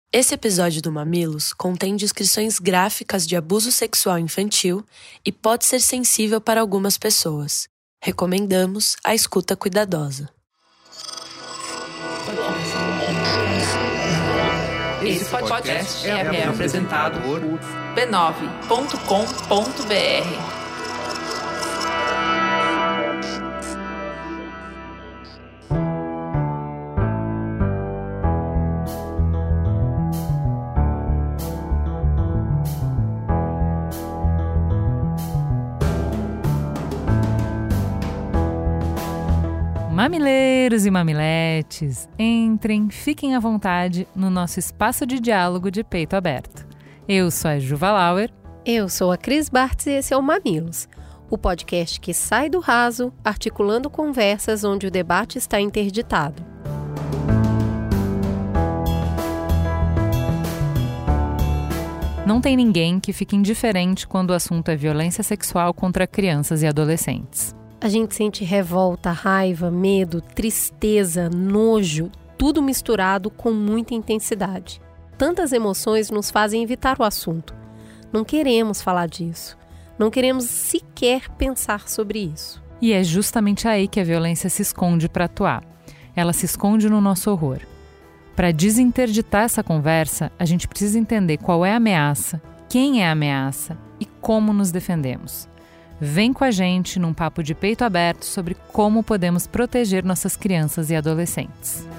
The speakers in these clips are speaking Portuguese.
Esse episódio do Mamilos contém descrições gráficas de abuso sexual infantil e pode ser sensível para algumas pessoas. Recomendamos a escuta cuidadosa. Esse podcast é apresentado por b9.com.br. Mamileiros e mamiletes, entrem, fiquem à vontade no nosso espaço de diálogo de peito aberto. Eu sou a Juva Lauer. Eu sou a Cris Bartz e esse é o Mamilos, o podcast que sai do raso, articulando conversas onde o debate está interditado. Não tem ninguém que fique indiferente quando o assunto é violência sexual contra crianças e adolescentes. A gente sente revolta, raiva, medo, tristeza, nojo, tudo misturado com muita intensidade. Tantas emoções nos fazem evitar o assunto. Não queremos falar disso. Não queremos sequer pensar sobre isso. E é justamente aí que a violência se esconde para atuar. Ela se esconde no nosso horror. Para desinterditar essa conversa, a gente precisa entender qual é a ameaça, quem é a ameaça e como nos defendemos. Vem com a gente num papo de peito aberto sobre como podemos proteger nossas crianças e adolescentes.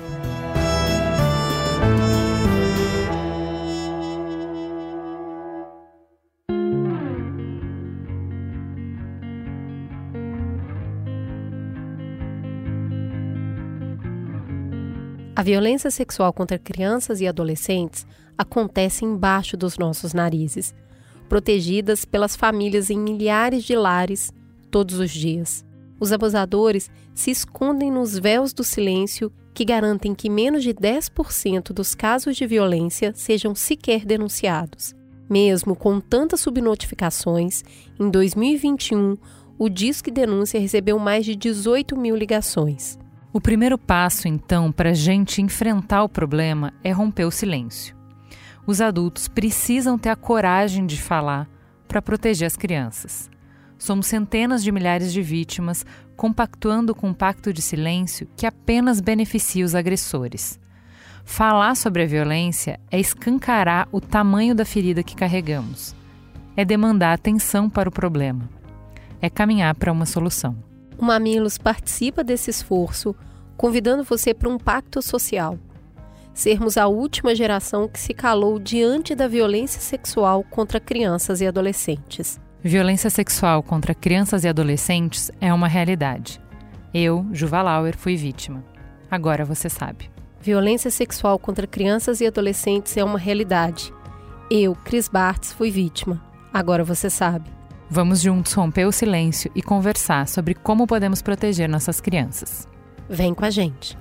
A violência sexual contra crianças e adolescentes acontece embaixo dos nossos narizes, protegidas pelas famílias em milhares de lares todos os dias. Os abusadores se escondem nos véus do silêncio que garantem que menos de 10% dos casos de violência sejam sequer denunciados. Mesmo com tantas subnotificações, em 2021, o Disque Denúncia recebeu mais de 18 mil ligações. O primeiro passo, então, para a gente enfrentar o problema é romper o silêncio. Os adultos precisam ter a coragem de falar para proteger as crianças. Somos centenas de milhares de vítimas compactuando com um pacto de silêncio que apenas beneficia os agressores. Falar sobre a violência é escancarar o tamanho da ferida que carregamos. É demandar atenção para o problema. É caminhar para uma solução. O Mamilos participa desse esforço, convidando você para um pacto social. Sermos a última geração que se calou diante da violência sexual contra crianças e adolescentes. Violência sexual contra crianças e adolescentes é uma realidade. Eu, Juva Lauer, fui vítima. Agora você sabe. Violência sexual contra crianças e adolescentes é uma realidade. Eu, Cris Bartz, fui vítima. Agora você sabe. Vamos juntos romper o silêncio e conversar sobre como podemos proteger nossas crianças. Vem com a gente.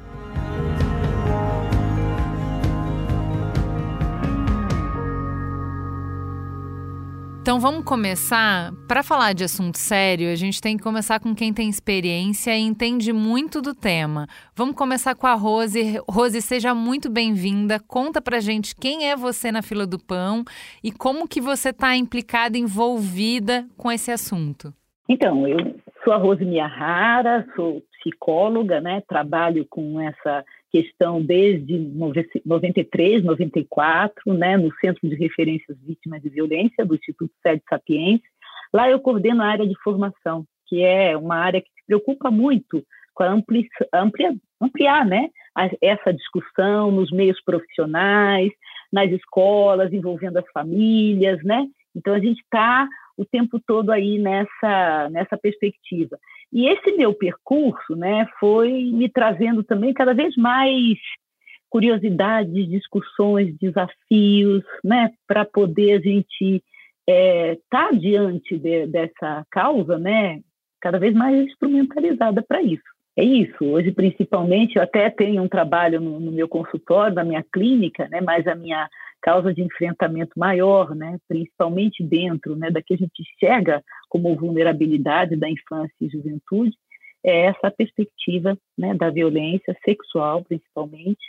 Então vamos começar, para falar de assunto sério, a gente tem que começar com quem tem experiência e entende muito do tema. Vamos começar com a Rose. Rose, seja muito bem-vinda. Conta pra gente quem é você na fila do pão e como que você está implicada, envolvida com esse assunto. Então, eu sou a Rose Miyahara, sou psicóloga, né? Trabalho com essa questão desde 93, 94, né, no Centro de Referências Vítimas de Violência do Instituto Sede Sapiens. Lá eu coordeno a área de formação, que é uma área que se preocupa muito com ampliar, né, essa discussão nos meios profissionais, nas escolas, envolvendo as famílias, né? Então a gente está o tempo todo aí nessa perspectiva. E esse meu percurso, né, foi me trazendo também cada vez mais curiosidades, discussões, desafios, né, para poder a gente estar diante dessa causa, né, cada vez mais instrumentalizada para isso. É isso. Hoje, principalmente, eu até tenho um trabalho no meu consultório, na minha clínica, né, mas a minha causa de enfrentamento maior, né, principalmente dentro, né, da que a gente enxerga como vulnerabilidade da infância e juventude, é essa perspectiva, né, da violência sexual, principalmente,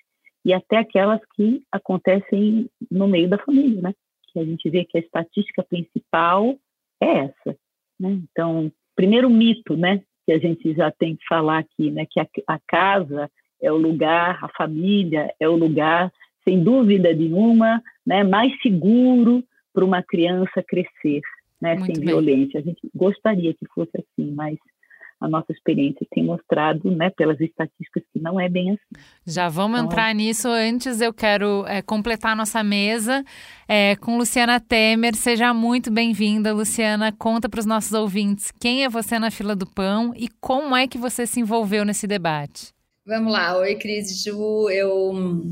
e até aquelas que acontecem no meio da família, né? Que a gente vê que a estatística principal é essa, né? Então, primeiro mito, né, que a gente já tem que falar aqui, né, que a casa é o lugar, a família é o lugar, sem dúvida nenhuma, né, mais seguro para uma criança crescer, né, sem violência. A gente gostaria que fosse assim, mas a nossa experiência tem mostrado, né, pelas estatísticas, que não é bem assim. Já vamos entrar nisso. Antes, eu quero completar a nossa mesa com Luciana Temer. Seja muito bem-vinda, Luciana. Conta para os nossos ouvintes quem é você na fila do pão e como é que você se envolveu nesse debate. Vamos lá. Oi, Cris, Ju. Eu,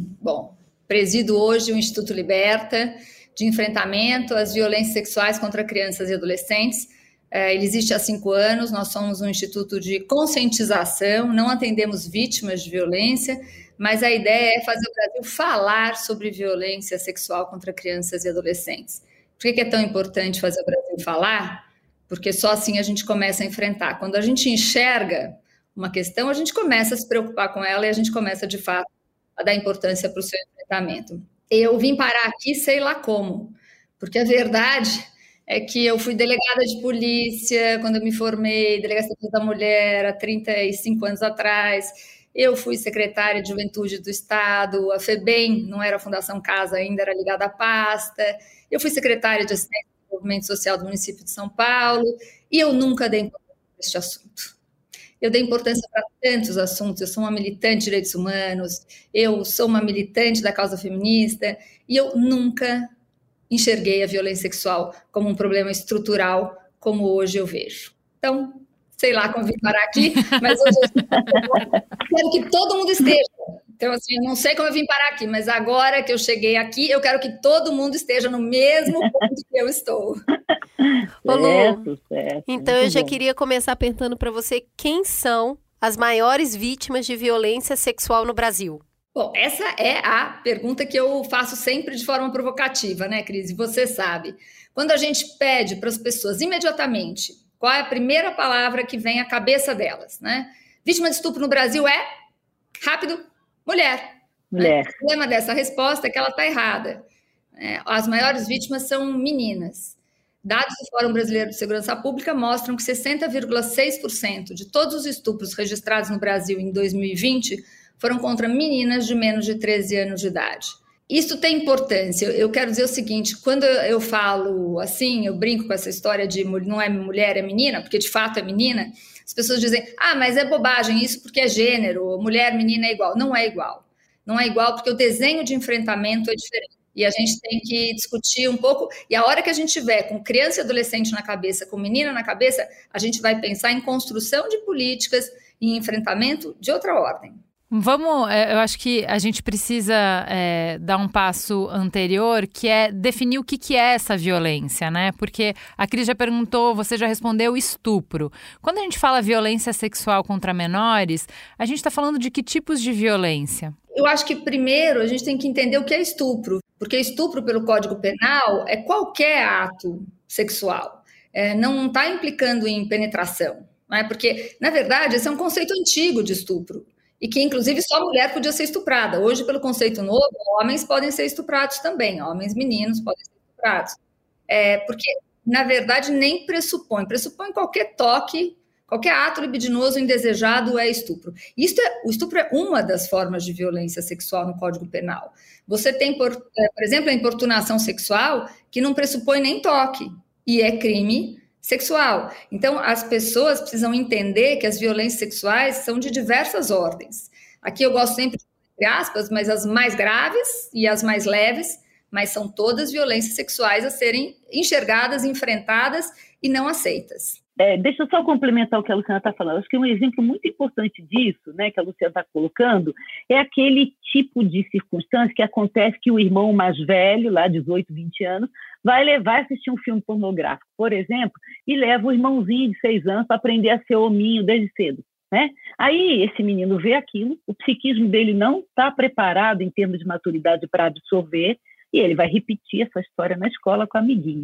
presido hoje o Instituto Liberta, de enfrentamento às violências sexuais contra crianças e adolescentes. Ele existe há 5 anos, nós somos um instituto de conscientização, não atendemos vítimas de violência, mas a ideia é fazer o Brasil falar sobre violência sexual contra crianças e adolescentes. Por que é tão importante fazer o Brasil falar? Porque só assim a gente começa a enfrentar. Quando a gente enxerga uma questão, a gente começa a se preocupar com ela e a gente começa, de fato, a dar importância para o seu enfrentamento. Eu vim parar aqui, sei lá como, porque a verdade é que eu fui delegada de polícia quando eu me formei, delegacia da mulher há 35 anos atrás. Eu fui secretária de Juventude do Estado, a FEBEM, não era a Fundação Casa ainda, era ligada à pasta. Eu fui secretária de Assistência e Desenvolvimento Social do município de São Paulo e eu nunca dei importância para este assunto. Eu dei importância para tantos assuntos, eu sou uma militante de direitos humanos, eu sou uma militante da causa feminista e eu nunca enxerguei a violência sexual como um problema estrutural, como hoje eu vejo. Então, sei lá como vim parar aqui, mas hoje eu quero que todo mundo esteja. Então, assim, eu não sei como eu vim parar aqui, mas agora que eu cheguei aqui, eu quero que todo mundo esteja no mesmo ponto que eu estou. Ô, Lu, certo. Então eu já queria começar perguntando para você quem são as maiores vítimas de violência sexual no Brasil. Bom, essa é a pergunta que eu faço sempre de forma provocativa, né, Cris? E você sabe. Quando a gente pede para as pessoas imediatamente qual é a primeira palavra que vem à cabeça delas, né? Vítima de estupro no Brasil é, rápido, mulher. Mulher. Né? O problema dessa resposta é que ela está errada. As maiores vítimas são meninas. Dados do Fórum Brasileiro de Segurança Pública mostram que 60,6% de todos os estupros registrados no Brasil em 2020 foram contra meninas de menos de 13 anos de idade. Isso tem importância. Eu quero dizer o seguinte, quando eu falo assim, eu brinco com essa história de não é mulher, é menina, porque de fato é menina, as pessoas dizem, mas é bobagem isso porque é gênero, mulher, menina é igual. Não é igual. Não é igual porque o desenho de enfrentamento é diferente. E a gente tem que discutir um pouco, e a hora que a gente tiver com criança e adolescente na cabeça, com menina na cabeça, a gente vai pensar em construção de políticas e em enfrentamento de outra ordem. Vamos, eu acho que a gente precisa dar um passo anterior, que é definir o que é essa violência, né? Porque a Cris já perguntou, você já respondeu estupro. Quando a gente fala violência sexual contra menores, a gente está falando de que tipos de violência? Eu acho que primeiro a gente tem que entender o que é estupro, porque estupro pelo Código Penal é qualquer ato sexual, não está implicando em penetração, não é? Porque, na verdade, esse é um conceito antigo de estupro. E que, inclusive, só mulher podia ser estuprada. Hoje, pelo conceito novo, homens podem ser estuprados também. Homens, meninos podem ser estuprados. Porque, na verdade, nem pressupõe. Pressupõe qualquer toque, qualquer ato libidinoso indesejado é estupro. O estupro é uma das formas de violência sexual no Código Penal. Você tem, por exemplo, a importunação sexual, que não pressupõe nem toque. E é crime sexual. Então, as pessoas precisam entender que as violências sexuais são de diversas ordens. Aqui eu gosto sempre de, entre aspas, mas as mais graves e as mais leves, mas são todas violências sexuais a serem enxergadas, enfrentadas e não aceitas. Deixa eu só complementar o que a Luciana está falando. Acho que um exemplo muito importante disso, né, que a Luciana está colocando, é aquele tipo de circunstância que acontece que o irmão mais velho, lá 18, 20 anos, vai levar a assistir um filme pornográfico, por exemplo, e leva o irmãozinho de 6 anos para aprender a ser hominho desde cedo. Né? Aí esse menino vê aquilo, o psiquismo dele não está preparado em termos de maturidade para absorver, e ele vai repetir essa história na escola com a amiguinha.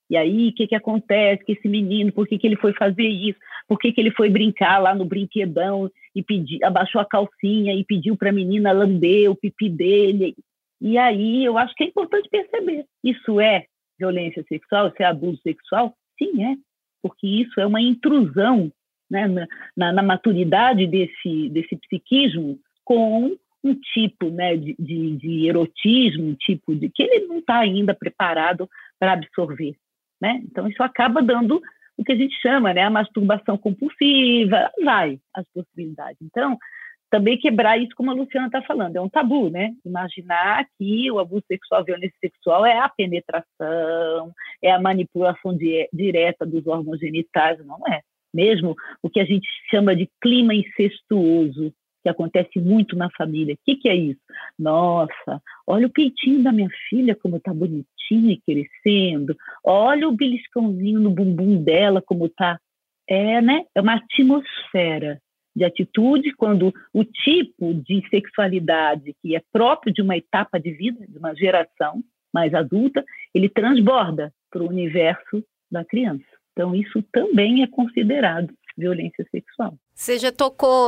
E aí, o que acontece com esse menino? Por que ele foi fazer isso? Por que ele foi brincar lá no brinquedão e abaixou a calcinha e pediu para a menina lamber o pipi dele? E aí, eu acho que é importante perceber. Isso é violência sexual? Isso é abuso sexual? Sim, é. Porque isso é uma intrusão, né, na maturidade desse psiquismo com um tipo, né, de erotismo, um tipo de que ele não está ainda preparado para absorver. Né? Então, isso acaba dando o que a gente chama, né, a masturbação compulsiva, vai as possibilidades. Então, também quebrar isso, como a Luciana está falando, é um tabu, né? Imaginar que o abuso sexual, a violência sexual é a penetração, é a manipulação direta dos órgãos genitais, não é. Mesmo o que a gente chama de clima incestuoso, que acontece muito na família. O que é isso? Nossa, olha o peitinho da minha filha como está bonitinho e crescendo. Olha o beliscãozinho no bumbum dela como está. Né? É uma atmosfera de atitude quando o tipo de sexualidade que é próprio de uma etapa de vida, de uma geração mais adulta, ele transborda para o universo da criança. Então, isso também é considerado violência sexual. Você já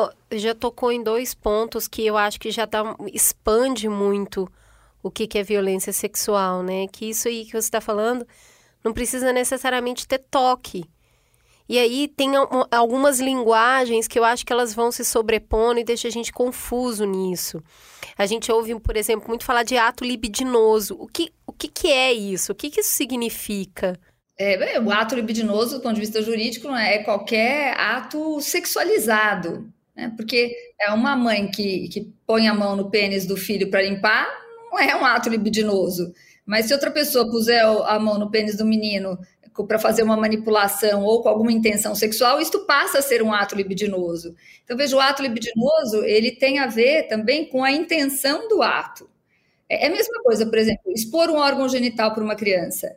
tocou em 2 pontos que eu acho que já expande muito o que é violência sexual, né? Que isso aí que você está falando não precisa necessariamente ter toque. E aí tem algumas linguagens que eu acho que elas vão se sobrepondo e deixa a gente confuso nisso. A gente ouve, por exemplo, muito falar de ato libidinoso. O que é isso? O que isso significa? O ato libidinoso, do ponto de vista jurídico, é qualquer ato sexualizado, né? Porque é uma mãe que põe a mão no pênis do filho para limpar, não é um ato libidinoso. Mas se outra pessoa puser a mão no pênis do menino para fazer uma manipulação ou com alguma intenção sexual, isto passa a ser um ato libidinoso. Então, veja, o ato libidinoso, ele tem a ver também com a intenção do ato. É a mesma coisa, por exemplo, expor um órgão genital para uma criança.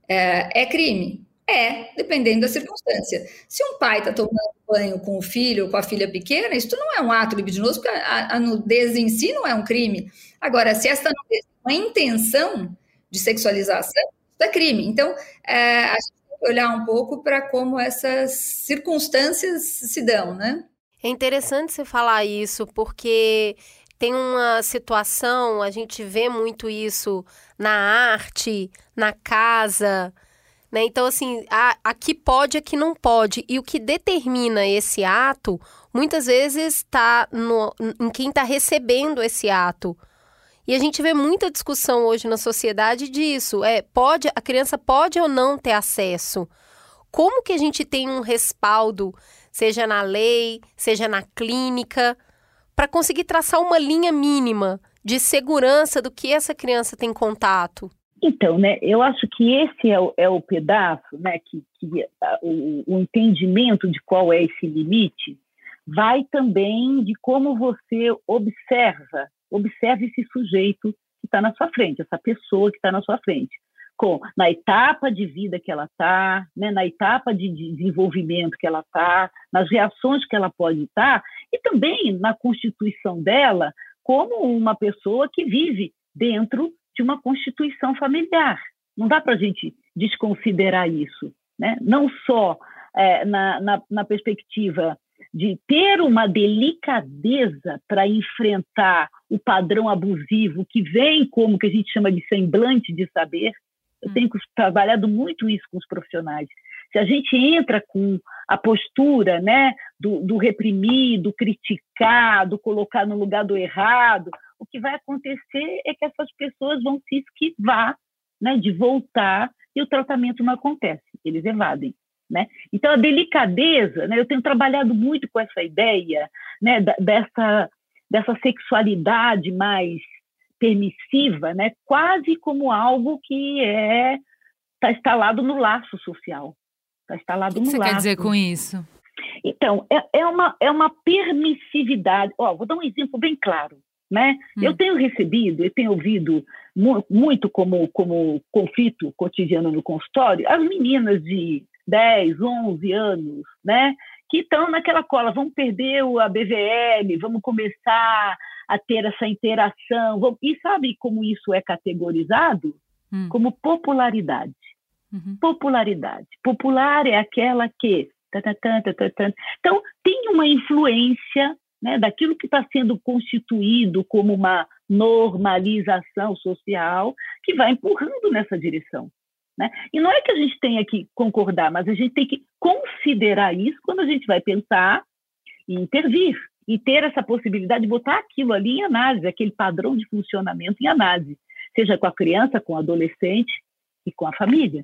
É crime? Dependendo da circunstância. Se um pai está tomando banho com o filho ou com a filha pequena, isso não é um ato libidinoso, porque a nudez em si não é um crime. Agora, se essa nudez tem uma intenção de sexualização, isso é crime. Então, a gente tem que olhar um pouco para como essas circunstâncias se dão, né? É interessante você falar isso, porque tem uma situação, a gente vê muito isso na arte, na casa, né? Então, assim, aqui pode, aqui não pode. E o que determina esse ato, muitas vezes está em quem está recebendo esse ato. E a gente vê muita discussão hoje na sociedade disso. A criança pode ou não ter acesso? Como que a gente tem um respaldo, seja na lei, seja na clínica, para conseguir traçar uma linha mínima de segurança do que essa criança tem contato? Então, né, eu acho que esse é o pedaço, né, que o entendimento de qual é esse limite vai também de como você observa esse sujeito que está na sua frente, essa pessoa que está na sua frente, na etapa de vida que ela está, né, na etapa de desenvolvimento que ela está, nas reações que ela pode estar, e também na constituição dela como uma pessoa que vive dentro de uma constituição familiar. Não dá para a gente desconsiderar isso, né? Não só na perspectiva de ter uma delicadeza para enfrentar o padrão abusivo que vem como que a gente chama de semblante de saber. Eu tenho trabalhado muito isso com os profissionais. Se a gente entra com a postura, né, do reprimir, do criticar, do colocar no lugar do errado, o que vai acontecer é que essas pessoas vão se esquivar, né, de voltar e o tratamento não acontece, eles evadem. Né? Então, a delicadeza, né, eu tenho trabalhado muito com essa ideia, né, dessa sexualidade mais permissiva, né, quase como algo que está instalado no laço social. Está instalado no laço. O que você quer dizer com isso? Então, é uma permissividade. Vou dar um exemplo bem claro. Né? Eu tenho ouvido muito como conflito cotidiano no consultório, as meninas de 10, 11 anos, né, que estão naquela cola, vamos perder a BVL, vamos começar a ter essa interação, e sabe como isso é categorizado? Como popularidade. Popularidade. Popular é aquela que... Então, tem uma influência, né, daquilo que está sendo constituído como uma normalização social que vai empurrando nessa direção, né? E não é que a gente tenha que concordar, mas a gente tem que considerar isso quando a gente vai pensar e intervir, e ter essa possibilidade de botar aquilo ali em análise, aquele padrão de funcionamento em análise, seja com a criança, com o adolescente e com a família.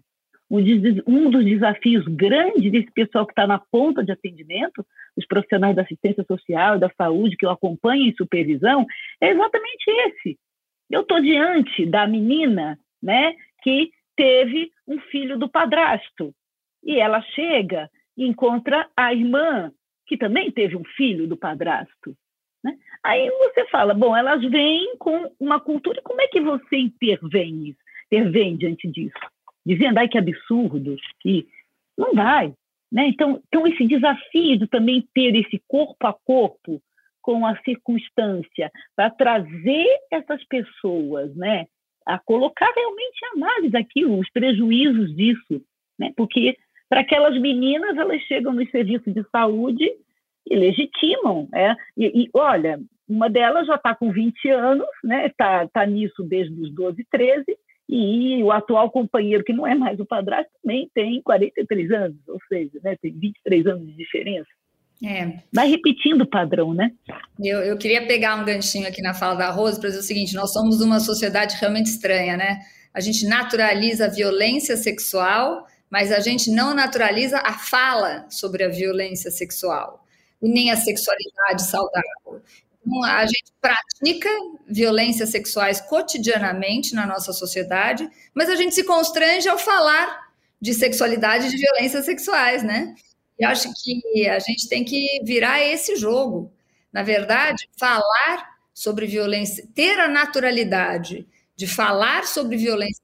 Um dos desafios grandes desse pessoal que está na ponta de atendimento, os profissionais da assistência social e da saúde que eu acompanho em supervisão, é exatamente esse. Eu estou diante da menina, né, que teve um filho do padrasto, e ela chega e encontra a irmã, que também teve um filho do padrasto, né? Aí você fala, bom, elas vêm com uma cultura, como é que você intervém diante disso? Dizendo, ai, que absurdo, que não vai, né? Então esse desafio de também ter esse corpo a corpo com a circunstância para trazer essas pessoas, né, a colocar realmente em análise aqui os prejuízos disso, né? Porque para aquelas meninas, elas chegam nos serviços de saúde e legitimam, e olha, uma delas já está com 20 anos, né? Tá nisso desde os 12, 13, e o atual companheiro, que não é mais o padrasto, também tem 43 anos, ou seja, né, tem 23 anos de diferença. Vai repetindo o padrão, né? Eu queria pegar um ganchinho aqui na fala da Rose para dizer o seguinte, nós somos uma sociedade realmente estranha, né? A gente naturaliza a violência sexual, mas a gente não naturaliza a fala sobre a violência sexual, e nem a sexualidade saudável. A gente pratica violências sexuais cotidianamente na nossa sociedade, mas a gente se constrange ao falar de sexualidade e de violências sexuais, né? E acho que a gente tem que virar esse jogo. Na verdade, falar sobre violência, ter a naturalidade de falar sobre violência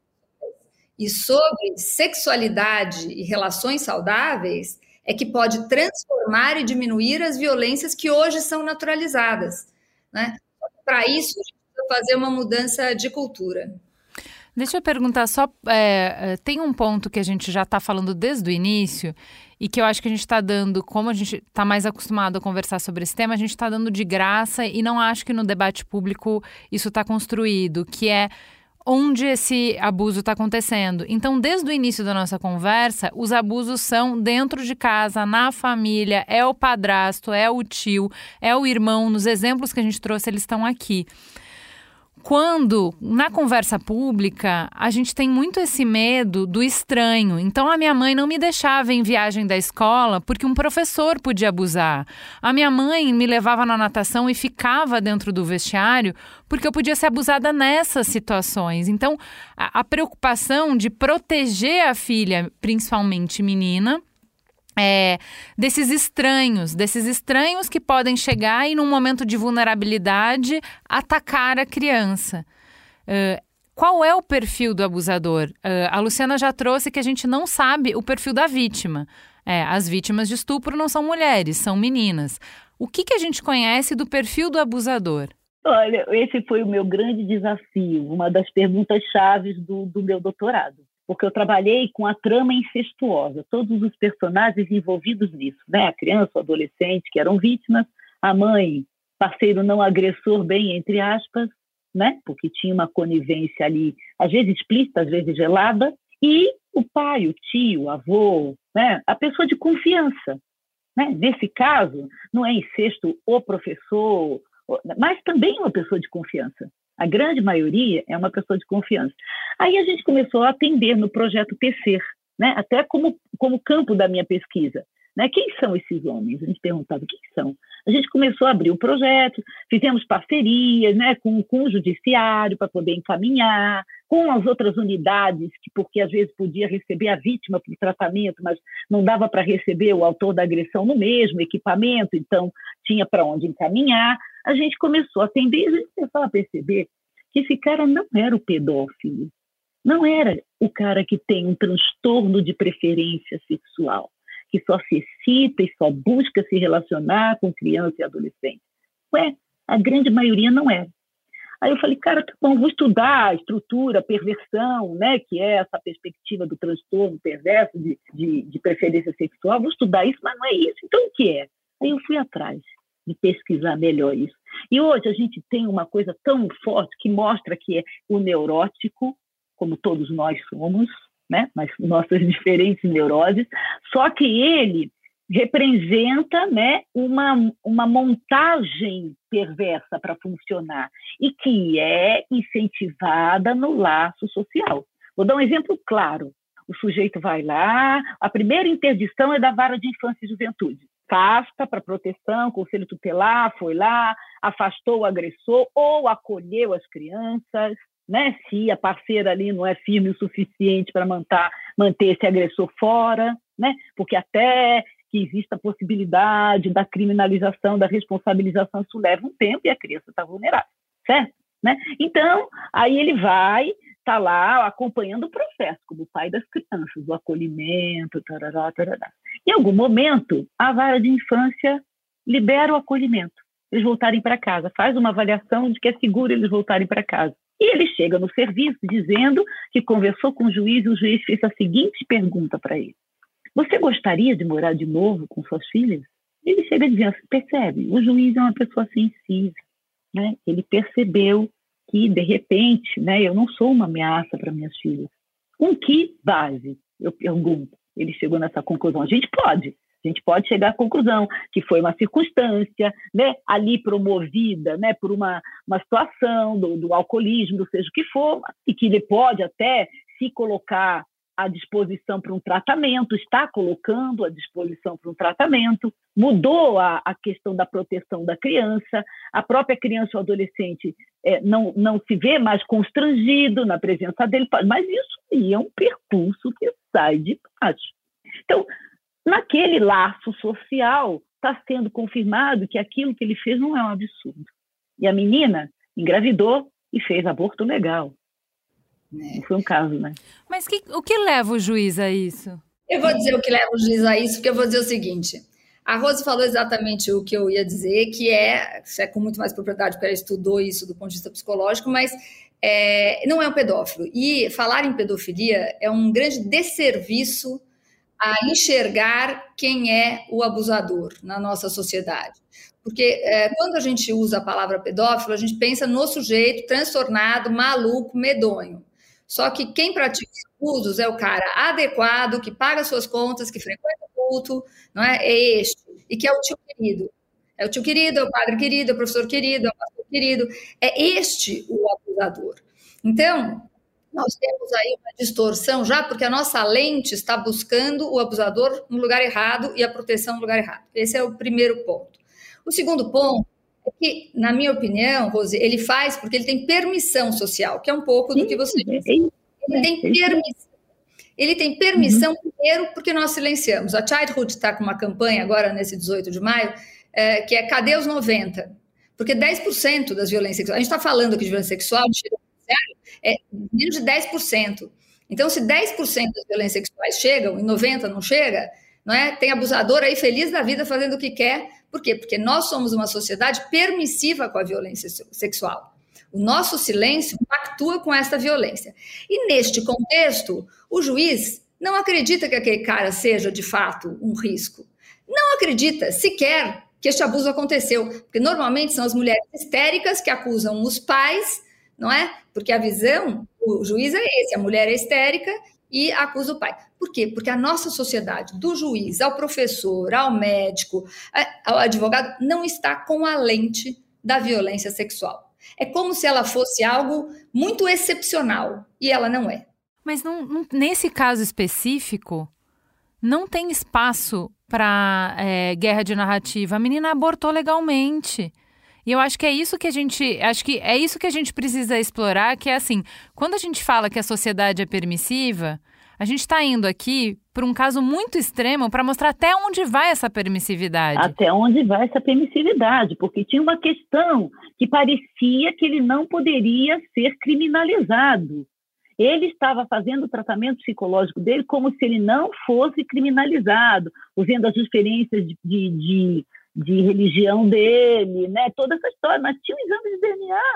e sobre sexualidade e relações saudáveis é que pode transformar e diminuir as violências que hoje são naturalizadas, né? Para isso, a gente precisa fazer uma mudança de cultura. Deixa eu perguntar só, tem um ponto que a gente já está falando desde o início e que eu acho que a gente está dando, como a gente está mais acostumado a conversar sobre esse tema, a gente está dando de graça e não acho que no debate público isso está construído, que é onde esse abuso está acontecendo. Então, desde o início da nossa conversa, os abusos são dentro de casa, na família, é o padrasto, é o tio, é o irmão. Nos exemplos que a gente trouxe, eles estão aqui. Quando, na conversa pública, a gente tem muito esse medo do estranho. Então, a minha mãe não me deixava em viagem da escola porque um professor podia abusar. A minha mãe me levava na natação e ficava dentro do vestiário porque eu podia ser abusada nessas situações. Então, a preocupação de proteger a filha, principalmente menina, desses estranhos que podem chegar e num momento de vulnerabilidade atacar a criança. Qual é o perfil do abusador? A Luciana já trouxe que a gente não sabe o perfil da vítima. As vítimas de estupro não são mulheres, são meninas. O que a gente conhece do perfil do abusador? Olha, esse foi o meu grande desafio, uma das perguntas chaves do meu doutorado. Porque eu trabalhei com a trama incestuosa, todos os personagens envolvidos nisso, né? A criança, o adolescente que eram vítimas, a mãe, parceiro não agressor, bem entre aspas, né? Porque tinha uma conivência ali, às vezes explícita, às vezes gelada, e o pai, o tio, o avô, né? A pessoa de confiança, né? Nesse caso, não é incesto o professor, mas também uma pessoa de confiança. A grande maioria é uma pessoa de confiança. Aí a gente começou a atender no projeto Tecer, né? Até como campo da minha pesquisa. Né? Quem são esses homens? A gente perguntava, quem são? A gente começou a abrir o projeto, fizemos parcerias, né, com o judiciário para poder encaminhar, com as outras unidades, porque às vezes podia receber a vítima para o tratamento, mas não dava para receber o autor da agressão no mesmo equipamento, então tinha para onde encaminhar. A gente começou a atender e a gente começou a perceber que esse cara não era o pedófilo, não era o cara que tem um transtorno de preferência sexual, que só se excita e só busca se relacionar com criança e adolescente. A grande maioria não é. Aí eu falei, cara, tá bom, vou estudar a estrutura, a perversão, né, que é essa perspectiva do transtorno perverso de preferência sexual, vou estudar isso, mas não é isso, então o que é? Aí eu fui atrás de pesquisar melhor isso. E hoje a gente tem uma coisa tão forte que mostra que é o neurótico, como todos nós somos, né, mas nossas diferentes neuroses, só que ele representa, né, uma montagem perversa para funcionar e que é incentivada no laço social. Vou dar um exemplo claro. O sujeito vai lá, a primeira interdição é da vara de infância e juventude. Afasta para proteção, conselho tutelar, foi lá, afastou o agressor ou acolheu as crianças, né, se a parceira ali não é firme o suficiente para manter esse agressor fora, né, porque até que exista a possibilidade da criminalização, da responsabilização, isso leva um tempo e a criança está vulnerável, certo? Né? Então, aí ele vai estar lá acompanhando o processo, como pai das crianças, o acolhimento, tarará, tarará. Em algum momento, a vara de infância libera o acolhimento, eles voltarem para casa, faz uma avaliação de que é seguro eles voltarem para casa. E ele chega no serviço dizendo que conversou com o juiz e o juiz fez a seguinte pergunta para ele: você gostaria de morar de novo com suas filhas? Ele chega dizendo, percebe, o juiz é uma pessoa sensível, né? Ele percebeu que, de repente, né, eu não sou uma ameaça para minhas filhas. Com que base? Eu pergunto. Ele chegou nessa conclusão. A gente pode chegar à conclusão que foi uma circunstância, né, ali promovida, né, por uma situação do alcoolismo, do seja o que for, e que ele pode até se colocar à disposição para um tratamento, está colocando à disposição para um tratamento, mudou a questão da proteção da criança, a própria criança ou adolescente não se vê mais constrangido na presença dele, mas isso aí é um percurso que sai de baixo. Então, naquele laço social, está sendo confirmado que aquilo que ele fez não é um absurdo. E a menina engravidou e fez aborto legal. Não foi um caso, né? Mas o que leva o juiz a isso? Eu vou dizer o que leva o juiz a isso, porque eu vou dizer o seguinte. A Rose falou exatamente o que eu ia dizer, que é com muito mais propriedade, porque ela estudou isso do ponto de vista psicológico, mas não é um pedófilo. E falar em pedofilia é um grande desserviço a enxergar quem é o abusador na nossa sociedade. Porque quando a gente usa a palavra pedófilo, a gente pensa no sujeito transtornado, maluco, medonho. Só que quem pratica os abusos é o cara adequado, que paga suas contas, que frequenta o culto, não é? É este, e que é o tio querido. É o tio querido, é o padre querido, é o professor querido, é o pastor querido. É este o abusador. Então, nós temos aí uma distorção já, porque a nossa lente está buscando o abusador no lugar errado e a proteção no lugar errado. Esse é o primeiro ponto. O segundo ponto é que, na minha opinião, Rose, ele faz porque ele tem permissão social, que é um pouco do que você disse. Ele tem permissão. Ele tem permissão, primeiro, porque nós silenciamos. A Childhood está com uma campanha agora, nesse 18 de maio, que é Cadê os 90? Porque 10% das violências sexuais... A gente está falando aqui de violência sexual, é menos de 10%. Então, se 10% das violências sexuais chegam e 90% não chega, não é? Tem abusador aí feliz da vida fazendo o que quer. Por quê? Porque nós somos uma sociedade permissiva com a violência sexual. O nosso silêncio pactua com esta violência. E neste contexto, o juiz não acredita que aquele cara seja, de fato, um risco. Não acredita sequer que este abuso aconteceu. Porque normalmente são as mulheres histéricas que acusam os pais, não é? Porque a visão, o juiz é esse, a mulher é histérica e acusa o pai. Por quê? Porque a nossa sociedade, do juiz ao professor, ao médico, ao advogado, não está com a lente da violência sexual. É como se ela fosse algo muito excepcional, e ela não é. Mas nesse caso específico, não tem espaço para guerra de narrativa. A menina abortou legalmente. E eu acho que é isso que a gente precisa explorar, que é assim, quando a gente fala que a sociedade é permissiva, a gente está indo aqui por um caso muito extremo para mostrar até onde vai essa permissividade. Até onde vai essa permissividade, porque tinha uma questão que parecia que ele não poderia ser criminalizado. Ele estava fazendo o tratamento psicológico dele como se ele não fosse criminalizado, usando as diferenças de religião dele, né? Toda essa história, mas tinha um exame de DNA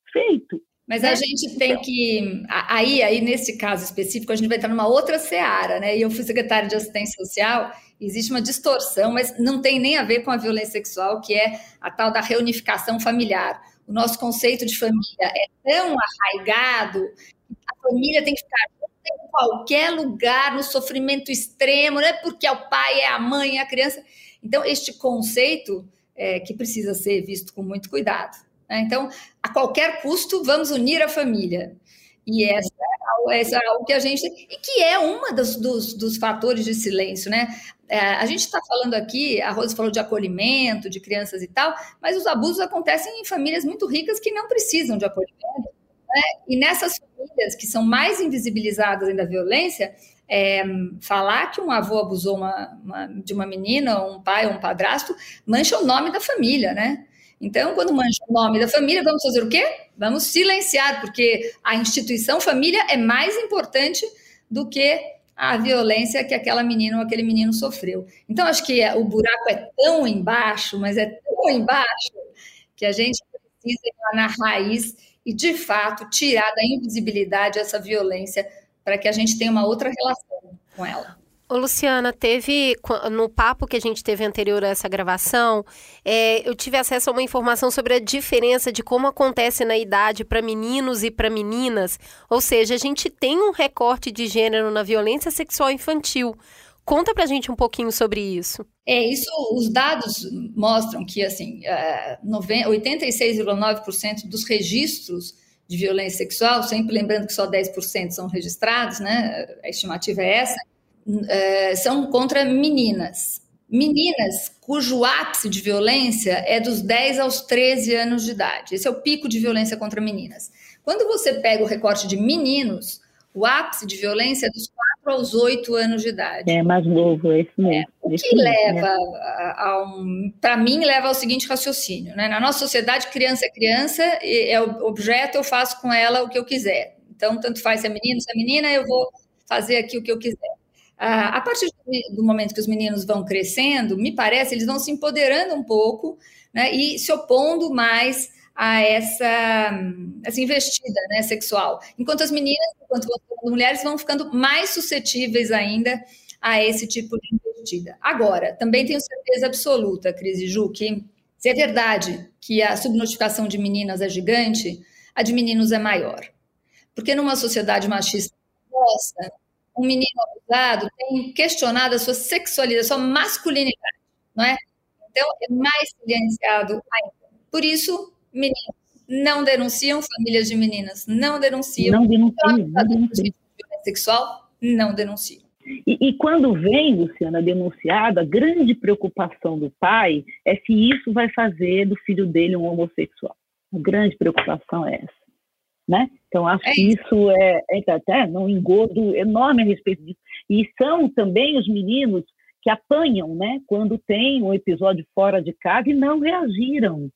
feito. Mas a gente tem que... Aí, nesse caso específico, a gente vai entrar numa outra seara, né? E eu fui secretária de assistência social, existe uma distorção, mas não tem nem a ver com a violência sexual, que é a tal da reunificação familiar. O nosso conceito de família é tão arraigado que a família tem que ficar em qualquer lugar, no sofrimento extremo, não é porque é o pai, é a mãe, é a criança. Então, este conceito que precisa ser visto com muito cuidado. Então, a qualquer custo, vamos unir a família. E essa é algo que a gente... E que é uma dos fatores de silêncio, né? A gente está falando aqui, a Rose falou de acolhimento, de crianças e tal, mas os abusos acontecem em famílias muito ricas que não precisam de acolhimento, né? E nessas famílias que são mais invisibilizadas ainda da violência, falar que um avô abusou de uma menina, ou um pai ou um padrasto, mancha o nome da família, né? Então, quando mancha o nome da família, vamos fazer o quê? Vamos silenciar, porque a instituição família é mais importante do que a violência que aquela menina ou aquele menino sofreu. Então, acho que o buraco é tão embaixo, mas é tão embaixo, que a gente precisa ir lá na raiz e, de fato, tirar da invisibilidade essa violência para que a gente tenha uma outra relação com ela. Ô, Luciana, no papo que a gente teve anterior a essa gravação, eu tive acesso a uma informação sobre a diferença de como acontece na idade para meninos e para meninas, ou seja, a gente tem um recorte de gênero na violência sexual infantil. Conta pra gente um pouquinho sobre isso. Os dados mostram que, assim, 86,9% dos registros de violência sexual, sempre lembrando que só 10% são registrados, né? A estimativa é essa, são contra meninas. Meninas cujo ápice de violência é dos 10 aos 13 anos de idade. Esse é o pico de violência contra meninas. Quando você pega o recorte de meninos, o ápice de violência é dos 4 aos 8 anos de idade. É mais novo, é isso mesmo. O que leva para mim, leva ao seguinte raciocínio, né? Na nossa sociedade, criança é criança, é objeto, eu faço com ela o que eu quiser. Então, tanto faz se é menino, se é menina, eu vou fazer aqui o que eu quiser. A partir do momento que os meninos vão crescendo, me parece, eles vão se empoderando um pouco, né, e se opondo mais a essa investida, né, sexual. Enquanto as meninas, enquanto as mulheres vão ficando mais suscetíveis ainda a esse tipo de investida. Agora, também tenho certeza absoluta, Cris e Ju, que se é verdade que a subnotificação de meninas é gigante, a de meninos é maior. Porque numa sociedade machista nossa, um menino abusado tem questionado a sua sexualidade, a sua masculinidade, não é? Então, é mais silenciado ainda. Por isso, meninos não denunciam, famílias de meninas não denunciam. Não denunciam. Violência sexual não denunciam. E quando vem, Luciana, denunciado, a grande preocupação do pai é se isso vai fazer do filho dele um homossexual. A grande preocupação é essa. Né? Então, acho que isso até um engodo enorme a respeito disso. E são também os meninos que apanham, né, quando tem um episódio fora de casa e não reagiram.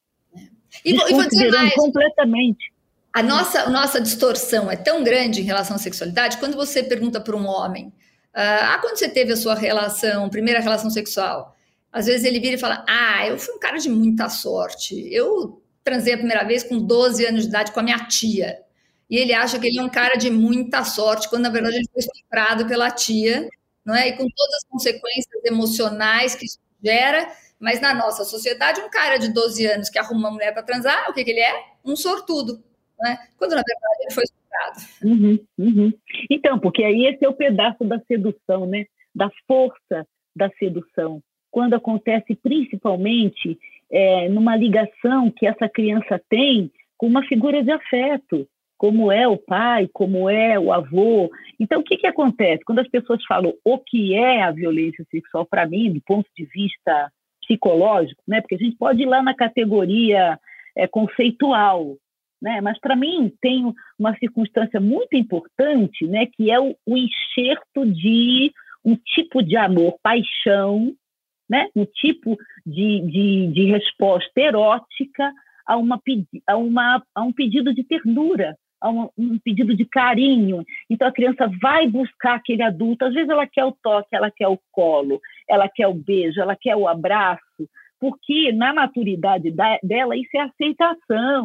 E vou dizer mais, completamente. A nossa distorção é tão grande em relação à sexualidade, quando você pergunta para um homem, quando você teve a sua primeira relação sexual, às vezes ele vira e fala, eu fui um cara de muita sorte, eu transei a primeira vez com 12 anos de idade com a minha tia. E ele acha que ele é um cara de muita sorte, quando na verdade ele foi estuprado pela tia, não é? E com todas as consequências emocionais que isso gera. Mas na nossa sociedade, um cara de 12 anos que arruma uma mulher para transar, o que ele é? Um sortudo. Não é? Quando na verdade ele foi estuprado. Então, porque aí esse é o pedaço da sedução, né? Da força da sedução. Quando acontece principalmente numa ligação que essa criança tem com uma figura de afeto, como é o pai, como é o avô. Então, o que acontece? Quando as pessoas falam o que é a violência sexual, para mim, do ponto de vista psicológico, né? Porque a gente pode ir lá na categoria conceitual, né? Mas, para mim, tem uma circunstância muito importante, né? Que é o enxerto de um tipo de amor, paixão, né? Um tipo de resposta erótica a um pedido de ternura, a um pedido de carinho. Então, a criança vai buscar aquele adulto. Às vezes, ela quer o toque, ela quer o colo, ela quer o beijo, ela quer o abraço, porque, na maturidade dela, isso é aceitação.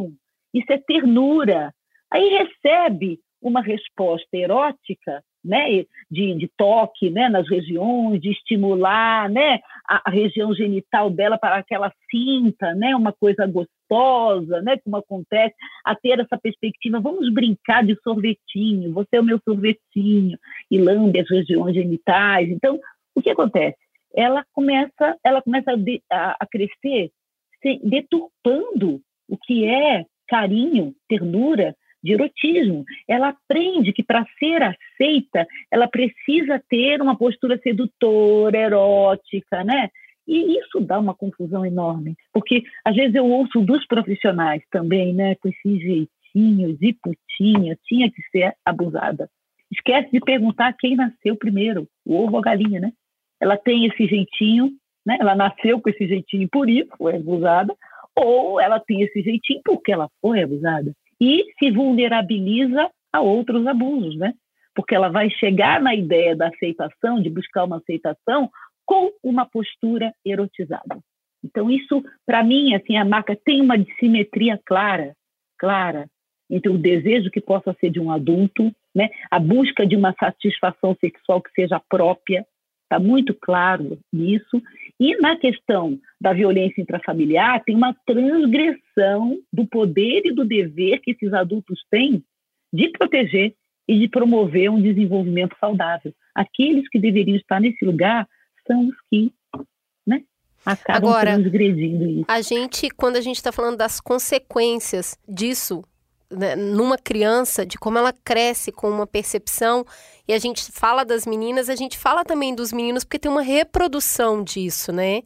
isso é ternura. Aí recebe uma resposta erótica, né, de toque, né, nas regiões, de estimular, né, a região genital dela para que ela sinta, né, uma coisa gostosa, né, como acontece, a ter essa perspectiva, vamos brincar de sorvetinho, você é o meu sorvetinho, e lambe as regiões genitais. Então, o que acontece? Ela começa a crescer deturpando o que é carinho, ternura, de erotismo. Ela aprende que para ser aceita, ela precisa ter uma postura sedutora, erótica, né? E isso dá uma confusão enorme, porque às vezes eu ouço dos profissionais também, né, com esses jeitinhos e putinha, tinha que ser abusada. Esquece de perguntar quem nasceu primeiro, o ovo ou a galinha, né? Ela tem esse jeitinho, né? Ela nasceu com esse jeitinho por isso foi abusada, ou ela tem esse jeitinho porque ela foi abusada. E se vulnerabiliza a outros abusos, né? Porque ela vai chegar na ideia da aceitação, de buscar uma aceitação com uma postura erotizada. Então isso, para mim, assim, a marca tem uma dissimetria clara entre o desejo que possa ser de um adulto, né? A busca de uma satisfação sexual que seja própria, está muito claro nisso. E na questão da violência intrafamiliar, tem uma transgressão do poder e do dever que esses adultos têm de proteger e de promover um desenvolvimento saudável. Aqueles que deveriam estar nesse lugar são os que, né, acabam transgredindo isso. Quando a gente está falando das consequências disso, né, numa criança, de como ela cresce com uma percepção, e a gente fala das meninas, a gente fala também dos meninos, porque tem uma reprodução disso, né?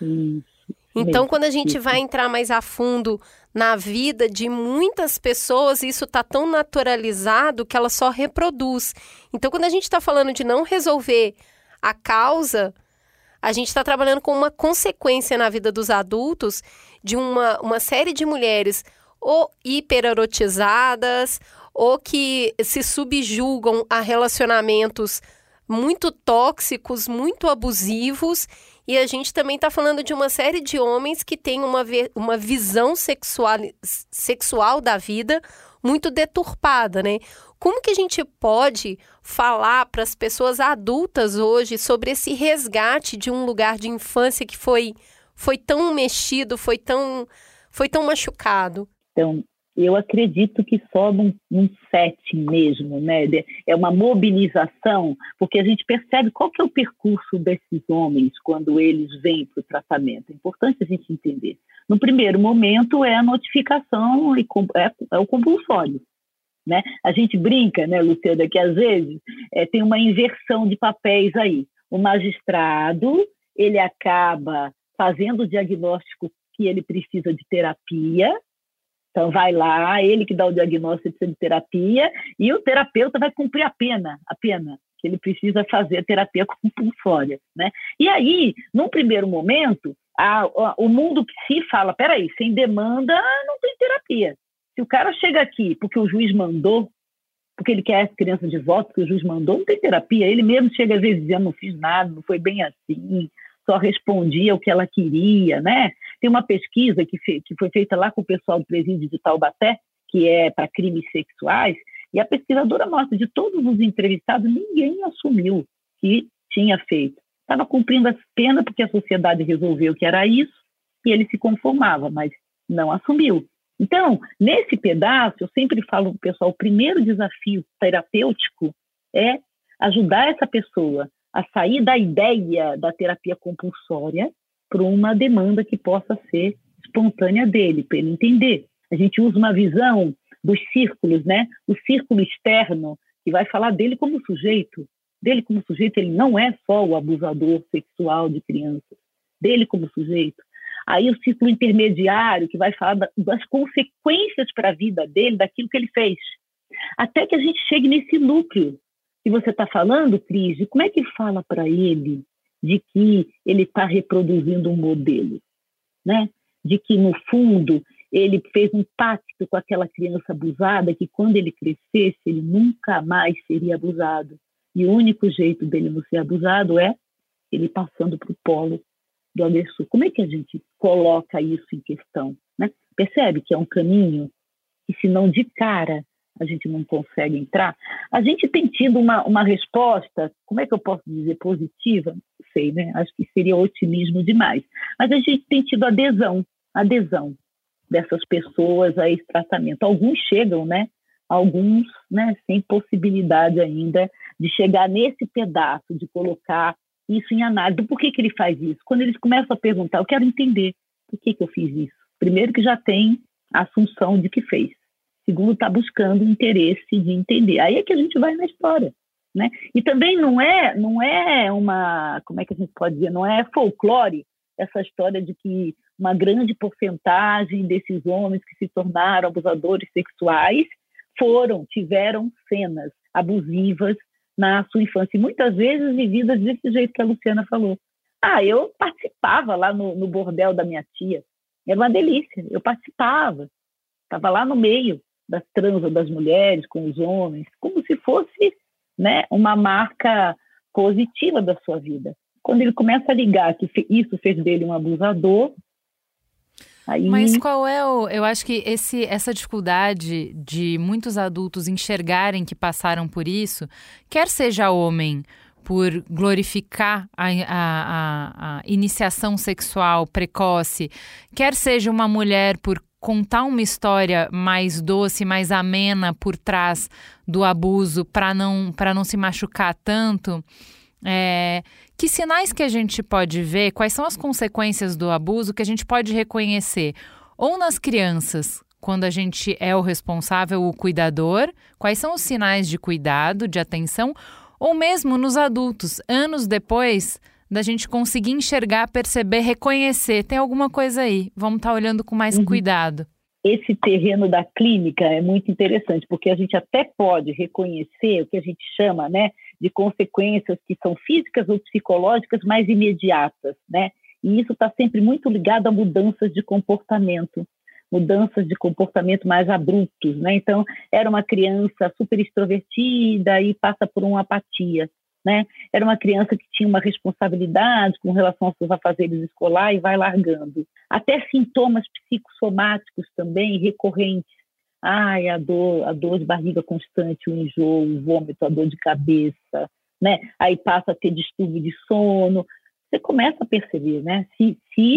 Então, quando a gente vai entrar mais a fundo na vida de muitas pessoas, isso está tão naturalizado que ela só reproduz. Então, quando a gente está falando de não resolver a causa, a gente está trabalhando com uma consequência na vida dos adultos de uma série de mulheres ou hipererotizadas, ou que se subjugam a relacionamentos muito tóxicos, muito abusivos, e a gente também está falando de uma série de homens que têm uma visão sexual da vida muito deturpada, né? Como que a gente pode falar para as pessoas adultas hoje sobre esse resgate de um lugar de infância que foi tão mexido, foi tão machucado? Então, eu acredito que só num setting mesmo, né? É uma mobilização, porque a gente percebe qual que é o percurso desses homens quando eles vêm para o tratamento. É importante a gente entender. No primeiro momento é a notificação, é o compulsório, né? A gente brinca, né, Luciana, que às vezes tem uma inversão de papéis aí. O magistrado, ele acaba fazendo o diagnóstico que ele precisa de terapia. Então, vai lá, ele que dá o diagnóstico de terapia, e o terapeuta vai cumprir a pena que ele precisa fazer a terapia compulsória, né? E aí, num primeiro momento, o mundo se fala, peraí, sem demanda não tem terapia. Se o cara chega aqui porque o juiz mandou, porque ele quer as crianças de volta, porque o juiz mandou, não tem terapia. Ele mesmo chega às vezes dizendo, não fiz nada, não foi bem assim, só respondia o que ela queria, né? Tem uma pesquisa que foi feita lá com o pessoal do presídio de Taubaté, que é para crimes sexuais, e a pesquisadora mostra, de todos os entrevistados, ninguém assumiu que tinha feito. Estava cumprindo a pena porque a sociedade resolveu que era isso, e ele se conformava, mas não assumiu. Então, nesse pedaço, eu sempre falo para o pessoal, o primeiro desafio terapêutico é ajudar essa pessoa a sair da ideia da terapia compulsória para uma demanda que possa ser espontânea dele, para ele entender. A gente usa uma visão dos círculos, né? O círculo externo, que vai falar dele como sujeito. Dele como sujeito, ele não é só o abusador sexual de crianças. Dele como sujeito. Aí o círculo intermediário, que vai falar das consequências para a vida dele, daquilo que ele fez. Até que a gente chegue nesse núcleo que você está falando, Cris, de como é que fala para ele de que ele está reproduzindo um modelo, né? De que, no fundo, ele fez um pacto com aquela criança abusada, que quando ele crescesse, ele nunca mais seria abusado. E o único jeito dele não ser abusado é ele passando para o polo do agressor. Como é que a gente coloca isso em questão, né? Percebe que é um caminho que se não de cara a gente não consegue entrar. A gente tem tido uma resposta, como é que eu posso dizer, positiva? Não sei, né? Acho que seria otimismo demais. Mas a gente tem tido adesão dessas pessoas a esse tratamento. Alguns chegam, né? Alguns, né, sem possibilidade ainda de chegar nesse pedaço, de colocar isso em análise. Por que ele faz isso? Quando eles começam a perguntar, eu quero entender por que eu fiz isso. Primeiro que já tem a assunção de que fez. Segundo, está buscando o interesse de entender. Aí é que a gente vai na história, né? E também não é uma, como é que a gente pode dizer, não é folclore essa história de que uma grande porcentagem desses homens que se tornaram abusadores sexuais tiveram cenas abusivas na sua infância, e muitas vezes vividas desse jeito que a Luciana falou. Eu participava lá no bordel da minha tia, era uma delícia, eu participava, estava lá no meio das transas das mulheres com os homens, como se fosse, né, uma marca positiva da sua vida. Quando ele começa a ligar que isso fez dele um abusador, aí... Mas qual é eu acho que essa dificuldade de muitos adultos enxergarem que passaram por isso, quer seja homem por glorificar a iniciação sexual precoce, quer seja uma mulher por contar uma história mais doce, mais amena por trás do abuso para não se machucar tanto, que sinais que a gente pode ver, quais são as consequências do abuso que a gente pode reconhecer? Ou nas crianças, quando a gente é o responsável, o cuidador, quais são os sinais de cuidado, de atenção, ou mesmo nos adultos, anos depois da gente conseguir enxergar, perceber, reconhecer, tem alguma coisa aí, vamos estar olhando com mais cuidado. Esse terreno da clínica é muito interessante, porque a gente até pode reconhecer o que a gente chama, né, de consequências que são físicas ou psicológicas mais imediatas, né? E isso está sempre muito ligado a mudanças de comportamento mais abruptos, né? Então, era uma criança super extrovertida e passa por uma apatia, né? Era uma criança que tinha uma responsabilidade com relação aos seus afazeres escolares e vai largando. Até sintomas psicossomáticos também recorrentes. A dor de barriga constante, o enjoo, o vômito, a dor de cabeça, né? Aí passa a ter distúrbio de sono. Você começa a perceber, né? Se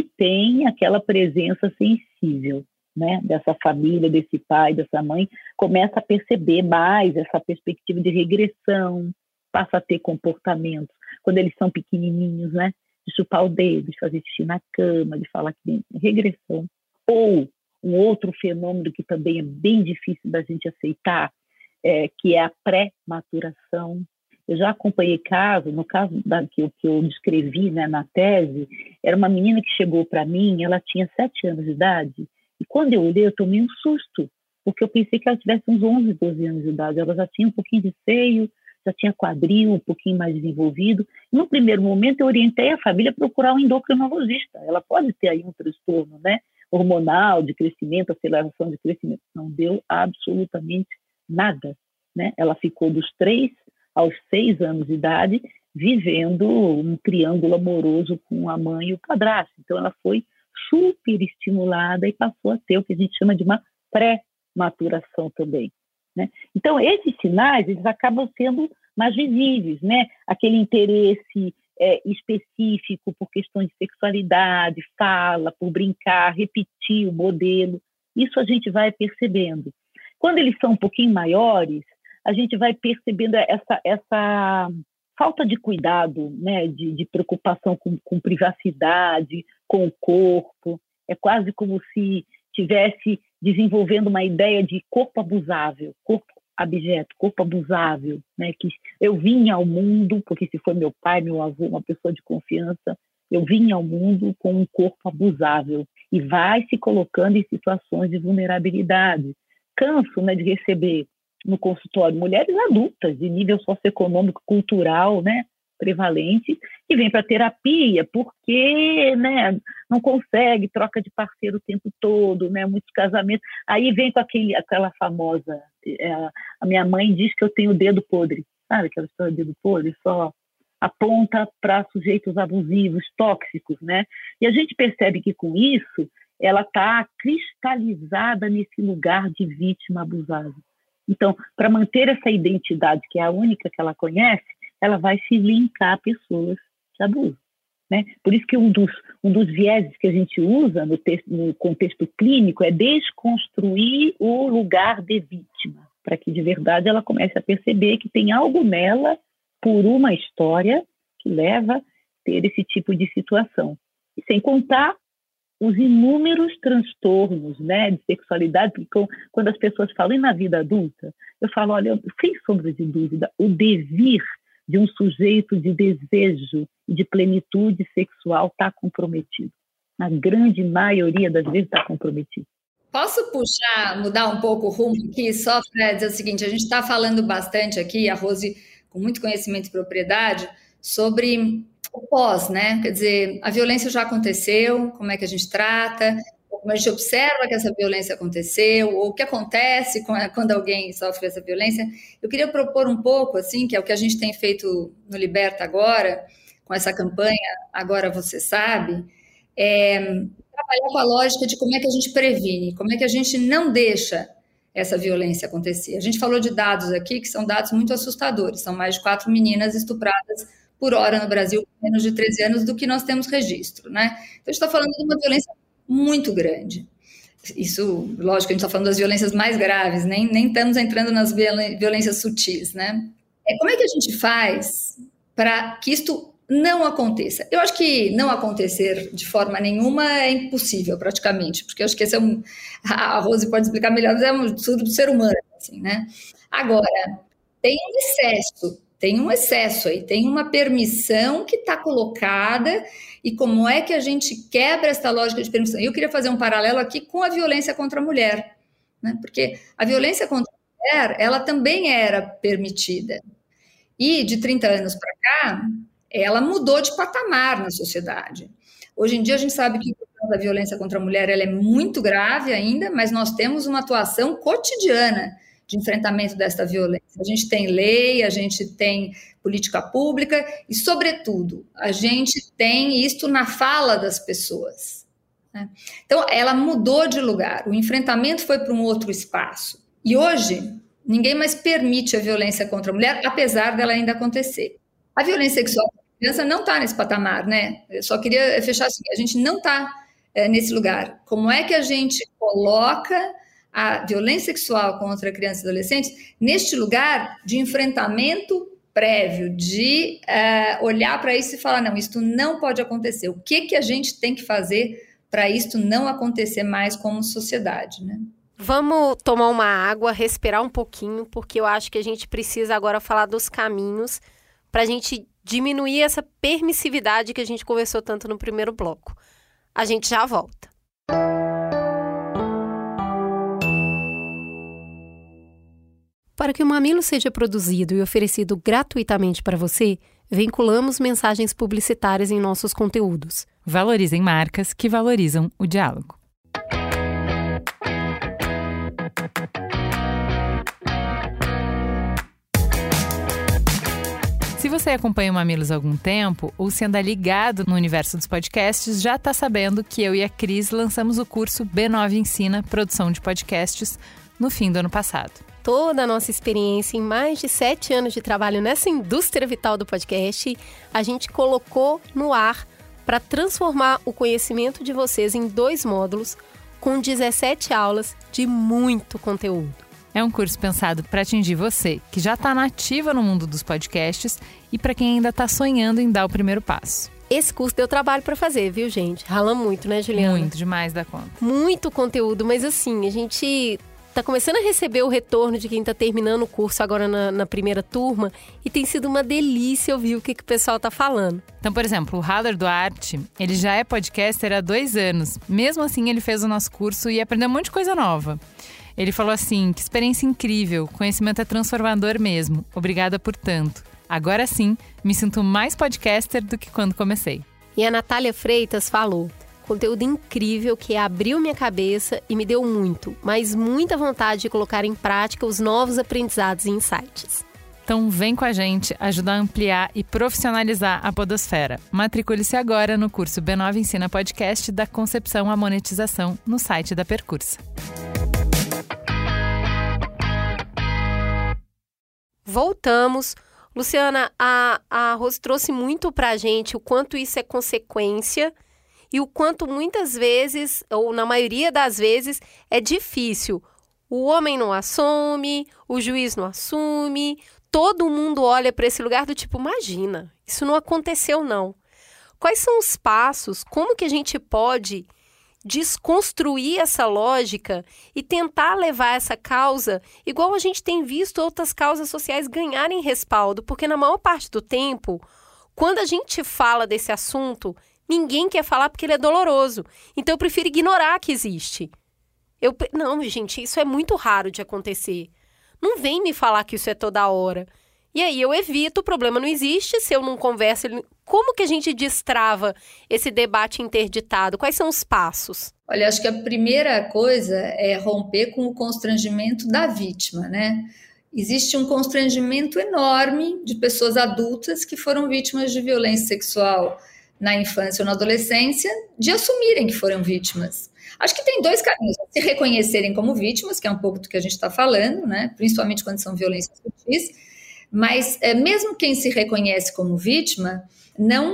tem aquela presença sensível, né? Dessa família, desse pai, dessa mãe, começa a perceber mais essa perspectiva de regressão, passa a ter comportamentos, quando eles são pequenininhos, né? De chupar o dedo, de fazer xixi na cama, de falar que tem regressão. Ou um outro fenômeno que também é bem difícil da gente aceitar, que é a pré-maturação. Eu já acompanhei casos, no caso que eu descrevi, né, na tese, era uma menina que chegou para mim, ela tinha 7 anos de idade, e quando eu olhei, eu tomei um susto, porque eu pensei que ela tivesse uns 11, 12 anos de idade. Ela já tinha um pouquinho de seio, já tinha quadril um pouquinho mais desenvolvido. No primeiro momento, eu orientei a família a procurar um endocrinologista. Ela pode ter aí um transtorno, né, hormonal, de crescimento, aceleração de crescimento. Não deu absolutamente nada, né? Ela ficou dos 3 aos 6 anos de idade vivendo um triângulo amoroso com a mãe e o padrasto. Então, ela foi super estimulada e passou a ter o que a gente chama de uma pré-maturação também, né? Então, esses sinais, eles acabam sendo mais visíveis, né? Aquele interesse específico por questões de sexualidade, fala, por brincar, repetir o modelo, isso a gente vai percebendo. Quando eles são um pouquinho maiores, a gente vai percebendo essa falta de cuidado, né, de preocupação com privacidade, com o corpo. É quase como se estivesse desenvolvendo uma ideia de corpo abusável, corpo abjeto, corpo abusável, né, que eu vim ao mundo, porque se for meu pai, meu avô, uma pessoa de confiança, eu vim ao mundo com um corpo abusável e vai se colocando em situações de vulnerabilidade. Canso, né, de receber no consultório mulheres adultas de nível socioeconômico, cultural, né, prevalente, que vem para terapia porque, né, não consegue, troca de parceiro o tempo todo, né, muitos casamentos. Aí vem com aquela famosa, a minha mãe diz que eu tenho o dedo podre, sabe aquela história do dedo podre? Só aponta para sujeitos abusivos, tóxicos, né? E a gente percebe que com isso ela está cristalizada nesse lugar de vítima abusada. Então, para manter essa identidade, que é a única que ela conhece, ela vai se linkar a pessoas que abusam, né? Por isso que um dos vieses que a gente usa no contexto clínico é desconstruir o lugar de vítima, para que de verdade ela comece a perceber que tem algo nela por uma história que leva a ter esse tipo de situação. E sem contar os inúmeros transtornos, né, de sexualidade, porque quando as pessoas falam na vida adulta, eu falo, olha, sem sombra de dúvida, o devir de um sujeito de desejo e de plenitude sexual está comprometido. Na grande maioria das vezes está comprometido. Posso mudar um pouco o rumo aqui, só para dizer o seguinte, a gente está falando bastante aqui, a Rose, com muito conhecimento e propriedade, sobre o pós, né? Quer dizer, a violência já aconteceu, como é que a gente trata, como a gente observa que essa violência aconteceu, ou o que acontece quando alguém sofre essa violência. Eu queria propor um pouco, assim, que é o que a gente tem feito no Liberta agora, com essa campanha Agora Você Sabe, trabalhar com a lógica de como é que a gente previne, como é que a gente não deixa essa violência acontecer. A gente falou de dados aqui que são dados muito assustadores, são mais de 4 meninas estupradas por hora no Brasil, com menos de 13 anos, do que nós temos registro, né? Então, a gente está falando de uma violência muito grande. Isso, lógico, a gente está falando das violências mais graves, nem estamos entrando nas violências sutis, né? Como é que a gente faz para que isto não aconteça? Eu acho que não acontecer de forma nenhuma é impossível, praticamente, porque eu acho que esse a Rose pode explicar melhor, mas é um estudo do ser humano, assim, né? Agora, tem um excesso aí, tem uma permissão que está colocada, e como é que a gente quebra essa lógica de permissão? Eu queria fazer um paralelo aqui com a violência contra a mulher, né? Porque a violência contra a mulher, ela também era permitida, e de 30 anos para cá, ela mudou de patamar na sociedade. Hoje em dia a gente sabe que a violência contra a mulher ela é muito grave ainda, mas nós temos uma atuação cotidiana de enfrentamento dessa violência. A gente tem lei, a gente tem política pública e, sobretudo, a gente tem isto na fala das pessoas, né? Então, ela mudou de lugar, o enfrentamento foi para um outro espaço. E hoje, ninguém mais permite a violência contra a mulher, apesar dela ainda acontecer. A violência sexual contra a criança não está nesse patamar, né? Eu só queria fechar assim, a gente não está nesse lugar. Como é que a gente coloca a violência sexual contra crianças e adolescentes neste lugar de enfrentamento prévio, de olhar para isso e falar, não, isto não pode acontecer. O que a gente tem que fazer para isto não acontecer mais como sociedade, né? Vamos tomar uma água, respirar um pouquinho, porque eu acho que a gente precisa agora falar dos caminhos para a gente diminuir essa permissividade que a gente conversou tanto no primeiro bloco. A gente já volta. Para que o Mamilo seja produzido e oferecido gratuitamente para você, vinculamos mensagens publicitárias em nossos conteúdos. Valorizem marcas que valorizam o diálogo. Se você acompanha o Mamilos há algum tempo, ou se anda ligado no universo dos podcasts, já está sabendo que eu e a Cris lançamos o curso B9 Ensina Produção de Podcasts no fim do ano passado. Toda a nossa experiência em mais de 7 anos de trabalho nessa indústria vital do podcast, a gente colocou no ar para transformar o conhecimento de vocês em 2 módulos com 17 aulas de muito conteúdo. É um curso pensado para atingir você, que já está nativa no mundo dos podcasts, e para quem ainda está sonhando em dar o primeiro passo. Esse curso deu trabalho para fazer, viu, gente? Rala muito, né, Juliana? Muito, demais da conta. Muito conteúdo, mas assim, a gente tá começando a receber o retorno de quem tá terminando o curso agora na primeira turma, e tem sido uma delícia ouvir o que o pessoal tá falando. Então, por exemplo, o Haller Duarte, ele já é podcaster há 2 anos. Mesmo assim, ele fez o nosso curso e aprendeu um monte de coisa nova. Ele falou assim, que experiência incrível, conhecimento é transformador mesmo. Obrigada por tanto. Agora sim, me sinto mais podcaster do que quando comecei. E a Natália Freitas falou: conteúdo incrível que abriu minha cabeça e me deu muito, mas muita vontade de colocar em prática os novos aprendizados e insights. Então vem com a gente ajudar a ampliar e profissionalizar a podosfera. Matricule-se agora no curso B9 Ensina Podcast da concepção à monetização no site da Percursa. Voltamos. Luciana, a Rose trouxe muito para a gente o quanto isso é consequência e o quanto muitas vezes, ou na maioria das vezes, é difícil. O homem não assume, o juiz não assume, todo mundo olha para esse lugar do tipo, imagina, isso não aconteceu não. Quais são os passos? Como que a gente pode desconstruir essa lógica e tentar levar essa causa, igual a gente tem visto outras causas sociais ganharem respaldo, porque na maior parte do tempo, quando a gente fala desse assunto, ninguém quer falar porque ele é doloroso. Então eu prefiro ignorar que existe. Não, gente, isso é muito raro de acontecer. Não vem me falar que isso é toda hora. E aí eu evito, o problema não existe, se eu não converso. Como que a gente destrava esse debate interditado? Quais são os passos? Olha, acho que a primeira coisa é romper com o constrangimento da vítima, né? Existe um constrangimento enorme de pessoas adultas que foram vítimas de violência sexual na infância ou na adolescência, de assumirem que foram vítimas. Acho que tem dois caminhos: se reconhecerem como vítimas, que é um pouco do que a gente está falando, né? Principalmente quando são violências sutis, mas mesmo quem se reconhece como vítima não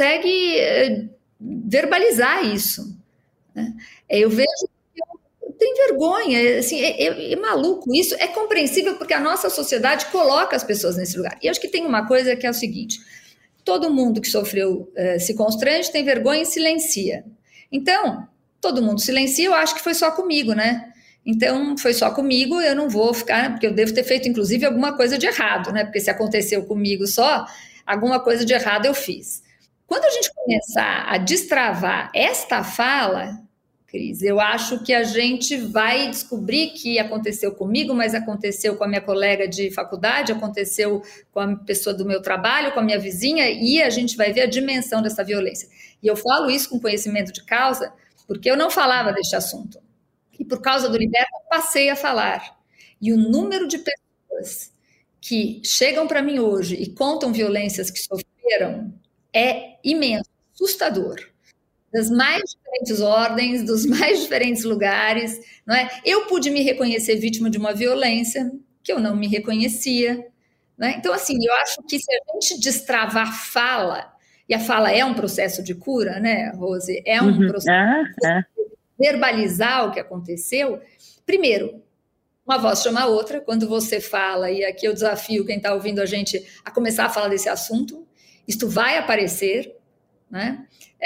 consegue verbalizar isso, né? Eu vejo que tem vergonha, assim, é maluco. Isso é compreensível porque a nossa sociedade coloca as pessoas nesse lugar. E acho que tem uma coisa que é o seguinte: todo mundo que sofreu se constrange, tem vergonha e silencia. Então, todo mundo silencia, eu acho que foi só comigo, né? Então, foi só comigo, eu não vou ficar, porque eu devo ter feito, inclusive, alguma coisa de errado, né? Porque se aconteceu comigo só, alguma coisa de errado eu fiz. Quando a gente começar a destravar esta fala, Cris, eu acho que a gente vai descobrir que aconteceu comigo, mas aconteceu com a minha colega de faculdade, aconteceu com a pessoa do meu trabalho, com a minha vizinha, e a gente vai ver a dimensão dessa violência. E eu falo isso com conhecimento de causa, porque eu não falava deste assunto. E por causa do Liberta, passei a falar. E o número de pessoas que chegam para mim hoje e contam violências que sofreram é imenso, assustador. Das mais diferentes ordens, dos mais diferentes lugares, não é? Eu pude me reconhecer vítima de uma violência que eu não me reconhecia, né? Então, assim, eu acho que se a gente destravar a fala, e a fala é um processo de cura, né, Rose? É um processo de verbalizar o que aconteceu. Primeiro, uma voz chama a outra. Quando você fala, e aqui eu desafio quem está ouvindo a gente a começar a falar desse assunto, isto vai aparecer, né?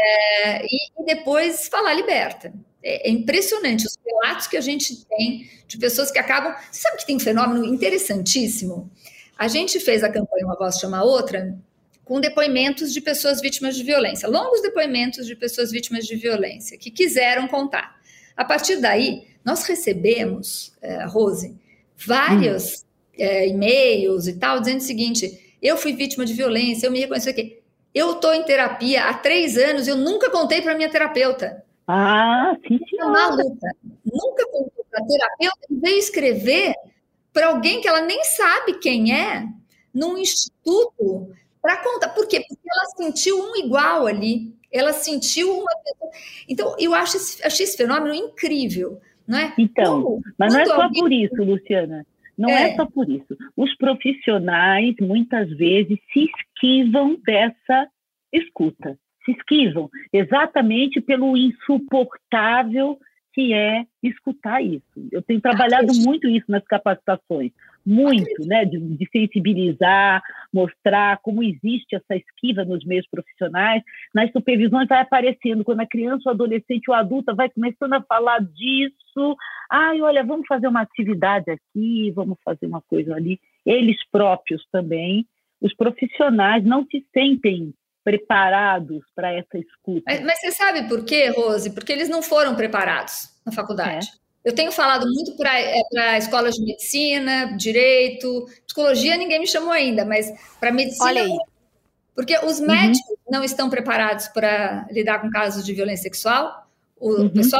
E depois falar liberta. É impressionante os relatos que a gente tem de pessoas que acabam... Você sabe que tem um fenômeno interessantíssimo? A gente fez a campanha Uma Voz Chama a Outra com depoimentos de pessoas vítimas de violência, longos depoimentos de pessoas vítimas de violência, que quiseram contar. A partir daí, nós recebemos, Rose, vários e-mails e tal, dizendo o seguinte: eu fui vítima de violência, eu me reconheço aqui. Eu estou em terapia há 3 anos, eu nunca contei para minha terapeuta. Sim, senhora. É maluca. Nunca contou para a terapeuta e veio escrever para alguém que ela nem sabe quem é, num instituto, para contar. Por quê? Porque ela sentiu um igual ali. Ela sentiu uma pessoa. Então, eu achei esse fenômeno incrível, não é? Então, mas não é só por isso, Luciana. Não é só por isso. Os profissionais, muitas vezes, se esquivam dessa escuta. Se esquivam exatamente pelo insuportável que é escutar isso. Eu tenho trabalhado muito isso nas capacitações. Muito, né? De sensibilizar, mostrar como existe essa esquiva nos meios profissionais. Nas supervisões vai aparecendo, quando a criança, o adolescente ou adulta vai começando a falar disso. Olha, vamos fazer uma atividade aqui, vamos fazer uma coisa ali. Eles próprios também, os profissionais não se sentem preparados para essa escuta. Mas você sabe por quê, Rose? Porque eles não foram preparados na faculdade. Eu tenho falado muito para escolas de medicina, direito, psicologia ninguém me chamou ainda, mas para medicina... Olha aí. Porque os médicos não estão preparados para lidar com casos de violência sexual. O pessoal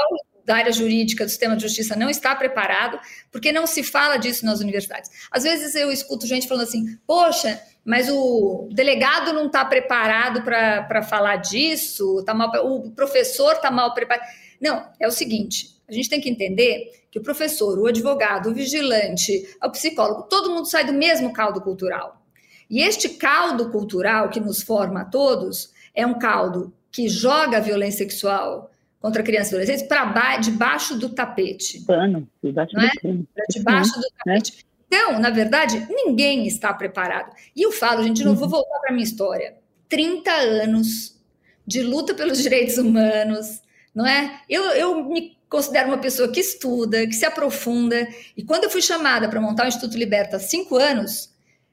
da área jurídica do sistema de justiça não está preparado, porque não se fala disso nas universidades. Às vezes eu escuto gente falando assim, poxa, mas o delegado não está preparado para falar disso, o professor está mal preparado. Não, é o seguinte, a gente tem que entender que o professor, o advogado, o vigilante, o psicólogo, todo mundo sai do mesmo caldo cultural. E este caldo cultural que nos forma a todos é um caldo que joga a violência sexual contra crianças e adolescentes para debaixo do tapete. Pano, debaixo do pano. Debaixo do tapete. Então, na verdade, ninguém está preparado. E eu falo, gente, não vou voltar para a minha história. 30 anos de luta pelos direitos humanos, não é? Eu me considero uma pessoa que estuda, que se aprofunda. E quando eu fui chamada para montar o Instituto Liberta há 5 anos,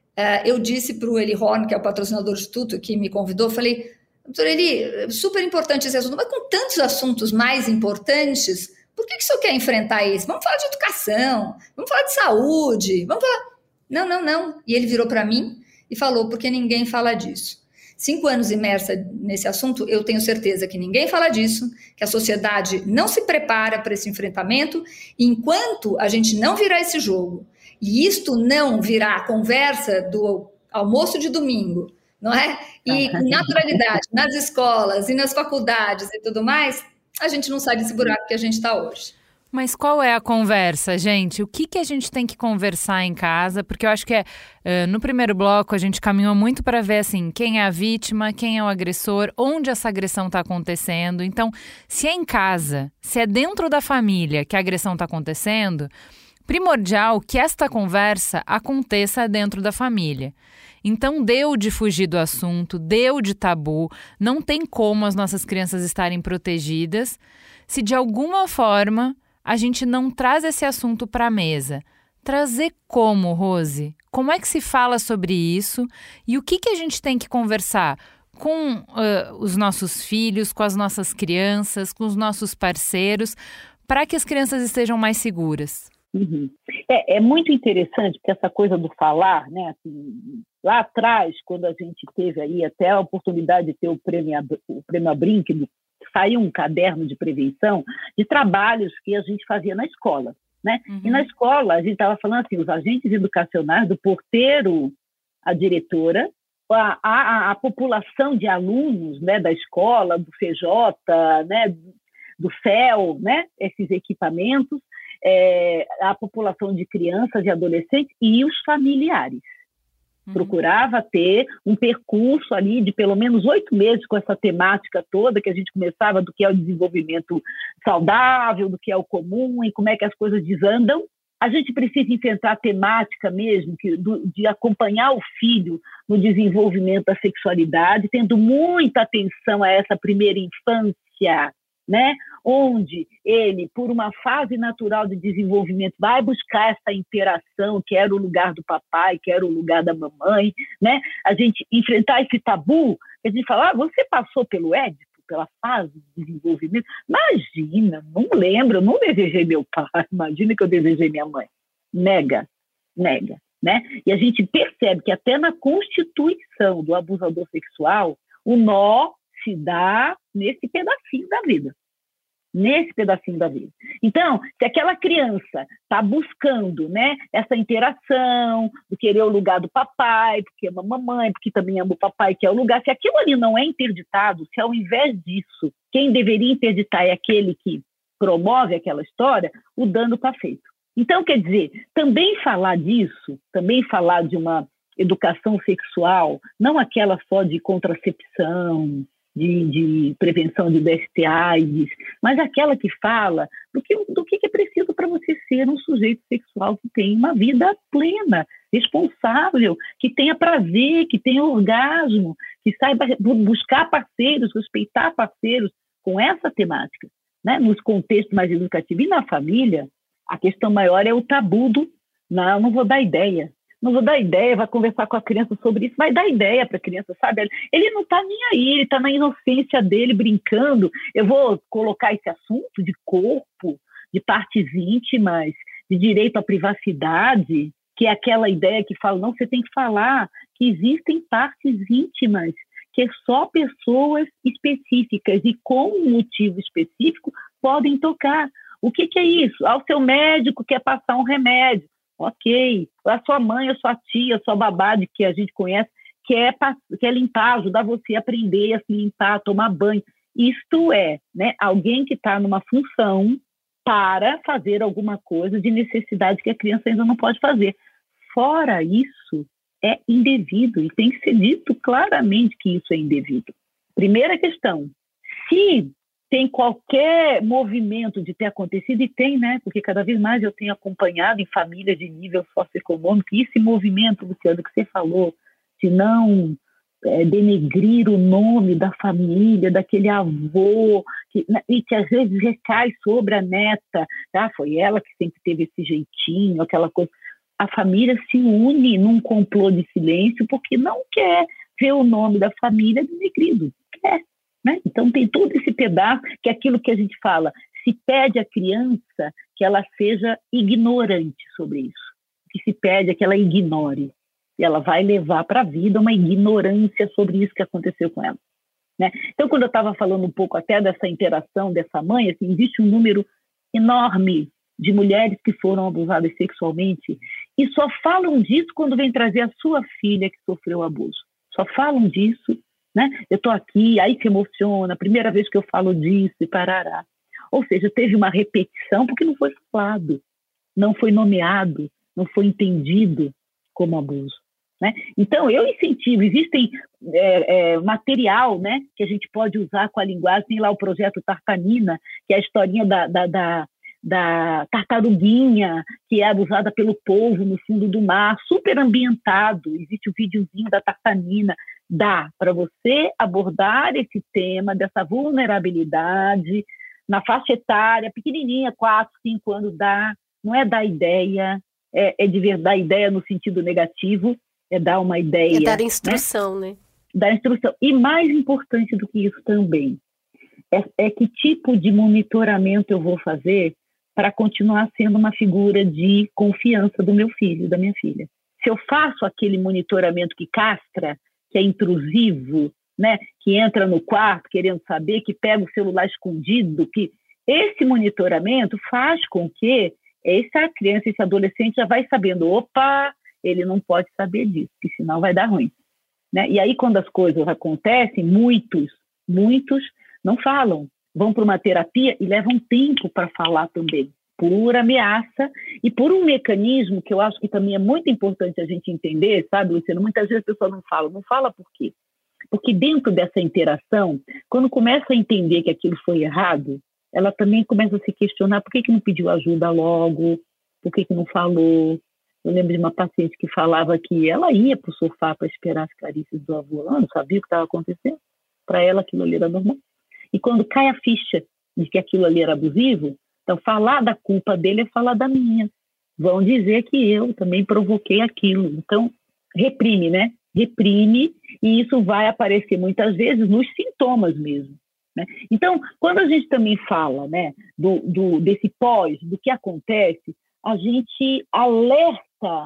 eu disse para o Eli Horn, que é o patrocinador do Instituto, que me convidou, falei, doutor Eli, super importante esse assunto, mas com tantos assuntos mais importantes, por que o senhor quer enfrentar esse? Vamos falar de educação, vamos falar de saúde, vamos falar... Não. E ele virou para mim e falou, porque ninguém fala disso. 5 anos imersa nesse assunto, eu tenho certeza que ninguém fala disso, que a sociedade não se prepara para esse enfrentamento, e enquanto a gente não virar esse jogo, e isto não virar a conversa do almoço de domingo, não é? E com naturalidade nas escolas e nas faculdades e tudo mais, a gente não sai desse buraco que a gente está hoje. Mas qual é a conversa, gente? O que a gente tem que conversar em casa? Porque eu acho que no primeiro bloco a gente caminhou muito para ver assim, quem é a vítima, quem é o agressor, onde essa agressão está acontecendo. Então, se é em casa, se é dentro da família que a agressão está acontecendo, primordial que esta conversa aconteça dentro da família. Então, deu de fugir do assunto, deu de tabu, não tem como as nossas crianças estarem protegidas se de alguma forma a gente não traz esse assunto para a mesa. Trazer como, Rose? Como é que se fala sobre isso? E o que a gente tem que conversar com os nossos filhos, com as nossas crianças, com os nossos parceiros, para que as crianças estejam mais seguras? Uhum. É muito interessante, porque essa coisa do falar, né, assim, lá atrás, quando a gente teve aí até a oportunidade de ter o prêmio Abrinq, saiu um caderno de prevenção de trabalhos que a gente fazia na escola, né? Uhum. E na escola a gente estava falando assim, os agentes educacionais, do porteiro à diretora, a população de alunos, né, da escola, do CJ, né, do CEL, né, esses equipamentos, a população de crianças e adolescentes e os familiares. Procurava ter um percurso ali de pelo menos 8 meses com essa temática toda, que a gente começava do que é o desenvolvimento saudável, do que é o comum e como é que as coisas desandam. A gente precisa enfrentar a temática mesmo de acompanhar o filho no desenvolvimento da sexualidade, tendo muita atenção a essa primeira infância, né? Onde ele, por uma fase natural de desenvolvimento, vai buscar essa interação, que era o lugar do papai, que era o lugar da mamãe, né? A gente enfrentar esse tabu, a gente fala, você passou pelo Édipo, pela fase de desenvolvimento? Imagina, não lembro, eu não desejei meu pai, imagina que eu desejei minha mãe. Nega, né? E a gente percebe que até na constituição do abusador sexual, o nó se dá nesse pedacinho da vida. Então, se aquela criança está buscando, né, essa interação, do querer o lugar do papai, porque ama a mamãe, porque também ama o papai, que é o lugar, se aquilo ali não é interditado, se ao invés disso, quem deveria interditar é aquele que promove aquela história, o dano está feito. Então, quer dizer, também falar disso, também falar de uma educação sexual, não aquela só de contracepção, de prevenção de DST/AIDS, mas aquela que fala do que é preciso para você ser um sujeito sexual que tem uma vida plena, responsável, que tenha prazer, que tenha orgasmo, que saiba buscar parceiros, respeitar parceiros com essa temática, né? Nos contextos mais educativos. E na família, a questão maior é o tabu não vou dar ideia. Vai conversar com a criança sobre isso, vai dar ideia para a criança, sabe? Ele não está nem aí, ele está na inocência dele, brincando. Eu vou colocar esse assunto de corpo, de partes íntimas, de direito à privacidade, que é aquela ideia que fala, não, você tem que falar que existem partes íntimas, que só pessoas específicas e com um motivo específico podem tocar. O que é isso? O seu médico quer passar um remédio. Ok. A sua mãe, a sua tia, a sua babá, que a gente conhece, quer limpar, ajudar você a aprender a se limpar, a tomar banho. Isto é, né, alguém que está numa função para fazer alguma coisa de necessidade que a criança ainda não pode fazer. Fora isso, é indevido, e tem que ser dito claramente que isso é indevido. Primeira questão, se tem qualquer movimento de ter acontecido, e tem, né, porque cada vez mais eu tenho acompanhado em famílias de nível socioeconômico, e esse movimento, Luciano, que você falou, de não denegrir o nome da família, daquele avô, e que às vezes recai sobre a neta, tá? Foi ela que sempre teve esse jeitinho, aquela coisa. A família se une num complô de silêncio porque não quer ver o nome da família denegrido. Quer, né? Então tem todo esse pedaço, que é aquilo que a gente fala, se pede à criança que ela seja ignorante sobre isso. O que se pede é que ela ignore. E ela vai levar para a vida uma ignorância sobre isso que aconteceu com ela. Né? Então, quando eu estava falando um pouco até dessa interação dessa mãe, assim, existe um número enorme de mulheres que foram abusadas sexualmente e só falam disso quando vem trazer a sua filha que sofreu abuso. Só falam disso, né? Eu estou aqui, aí se emociona, a primeira vez que eu falo disso e parará. Ou seja, teve uma repetição porque não foi falado, não foi nomeado, não foi entendido como abuso. Né? Então, eu incentivo, existem material, né, que a gente pode usar com a linguagem, tem lá o projeto Tartanina, que é a historinha da tartaruguinha, que é abusada pelo polvo no fundo do mar, super ambientado, existe o videozinho da Tartanina, dá para você abordar esse tema dessa vulnerabilidade na faixa etária, pequenininha, 4, 5 anos, dá, não é dar ideia, é de verdade ideia no sentido negativo, é dar uma ideia. É dar instrução, né? Dar instrução. E mais importante do que isso também, é que tipo de monitoramento eu vou fazer para continuar sendo uma figura de confiança do meu filho, da minha filha. Se eu faço aquele monitoramento que castra, que é intrusivo, né? Que entra no quarto querendo saber, que pega o celular escondido, que esse monitoramento faz com que essa criança, esse adolescente já vai sabendo, opa, ele não pode saber disso, porque senão vai dar ruim. Né? E aí, quando as coisas acontecem, muitos não falam, vão para uma terapia e levam tempo para falar também, por ameaça e por um mecanismo que eu acho que também é muito importante a gente entender, sabe, Luciano? Muitas vezes a pessoa não fala por quê? Porque dentro dessa interação, quando começa a entender que aquilo foi errado, ela também começa a se questionar por que não pediu ajuda logo, por que não falou. Eu lembro de uma paciente que falava que ela ia para o sofá para esperar as carícias do avô. Ela não sabia o que estava acontecendo. Para ela, aquilo ali era normal. E quando cai a ficha de que aquilo ali era abusivo, então falar da culpa dele é falar da minha. Vão dizer que eu também provoquei aquilo. Então, reprime, né? Reprime, e isso vai aparecer muitas vezes nos sintomas mesmo. Né? Então, quando a gente também fala, né, desse pós, do que acontece, a gente alerta